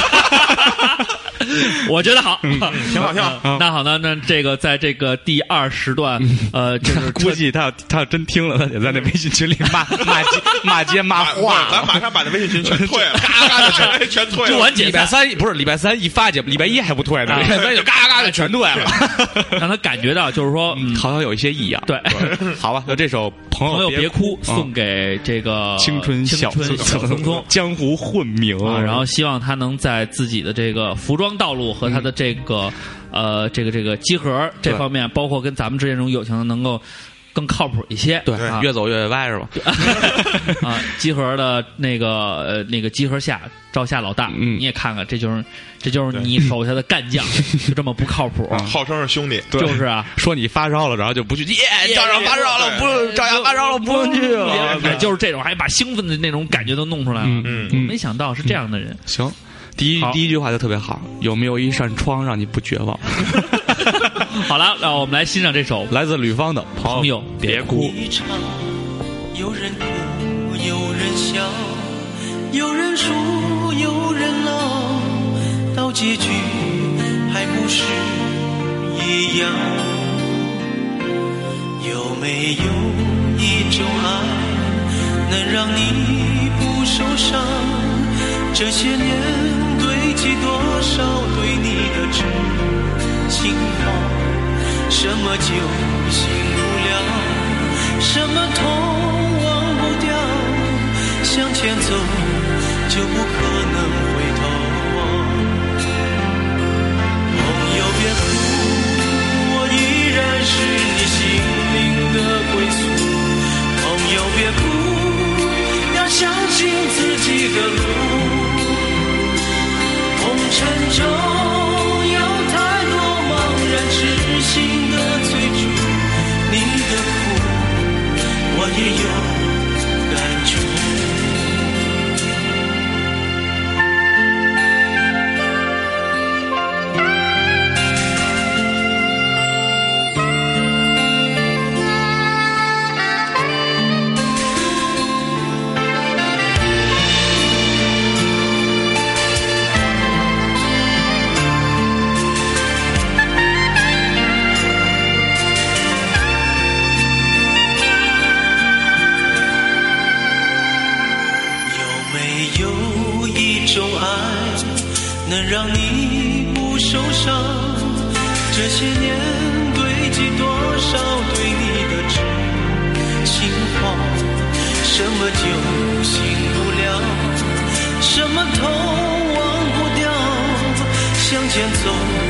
我觉得好， 挺好。 那好呢，那这个在这个第2时段，就是估计他要真听了，他得在那微信群里骂街骂话， 咱马上把那微信群全退了，嘎嘎的全退了。 就完解散。 礼拜三一发节目，礼拜一还不退呢，礼拜三就嘎嘎的全退了， 让他感觉到就是说， 好像有一些异样。 对， 好吧，就这首《朋友别哭》送给这个青春小聪聪， 江湖混名啊，然后希望他能在自己的这个服装道路和他的这个这个集合这方面，包括跟咱们之间这种友情能够更靠谱一些。 对，越走越歪是吧？ 啊，集合的那个集合下赵夏老大，你也看看，这就是你手下的干将，就这么不靠谱， 号称是兄弟， 就是啊， 说你发烧了，然后就不去，赵夏发烧了，赵夏发烧了，不能去了， 就是这种，还把兴奋的那种感觉都弄出来了。我没想到是这样的人。 行。第一句话就特别好，有没有一扇窗让你不绝望？ 好了，让我们来欣赏这首来自吕方的《 朋友别哭》。 一场，有人哭，有人笑，有人输，有人老，到结局还不是一样。有没有一种爱，能让你不受伤？这些年堆积多少对你的真情话，什么酒醒不了，什么痛忘不掉，向前走就不可能回头望。朋友别哭，我依然是你心灵的归宿。朋友别哭，要相信自己的路。红尘中有太多茫然痴心的追逐，你的苦我也有感触。能让你不受伤，这些年堆积多少对你的真情话，什么酒醒不了，什么痛忘不掉，向前走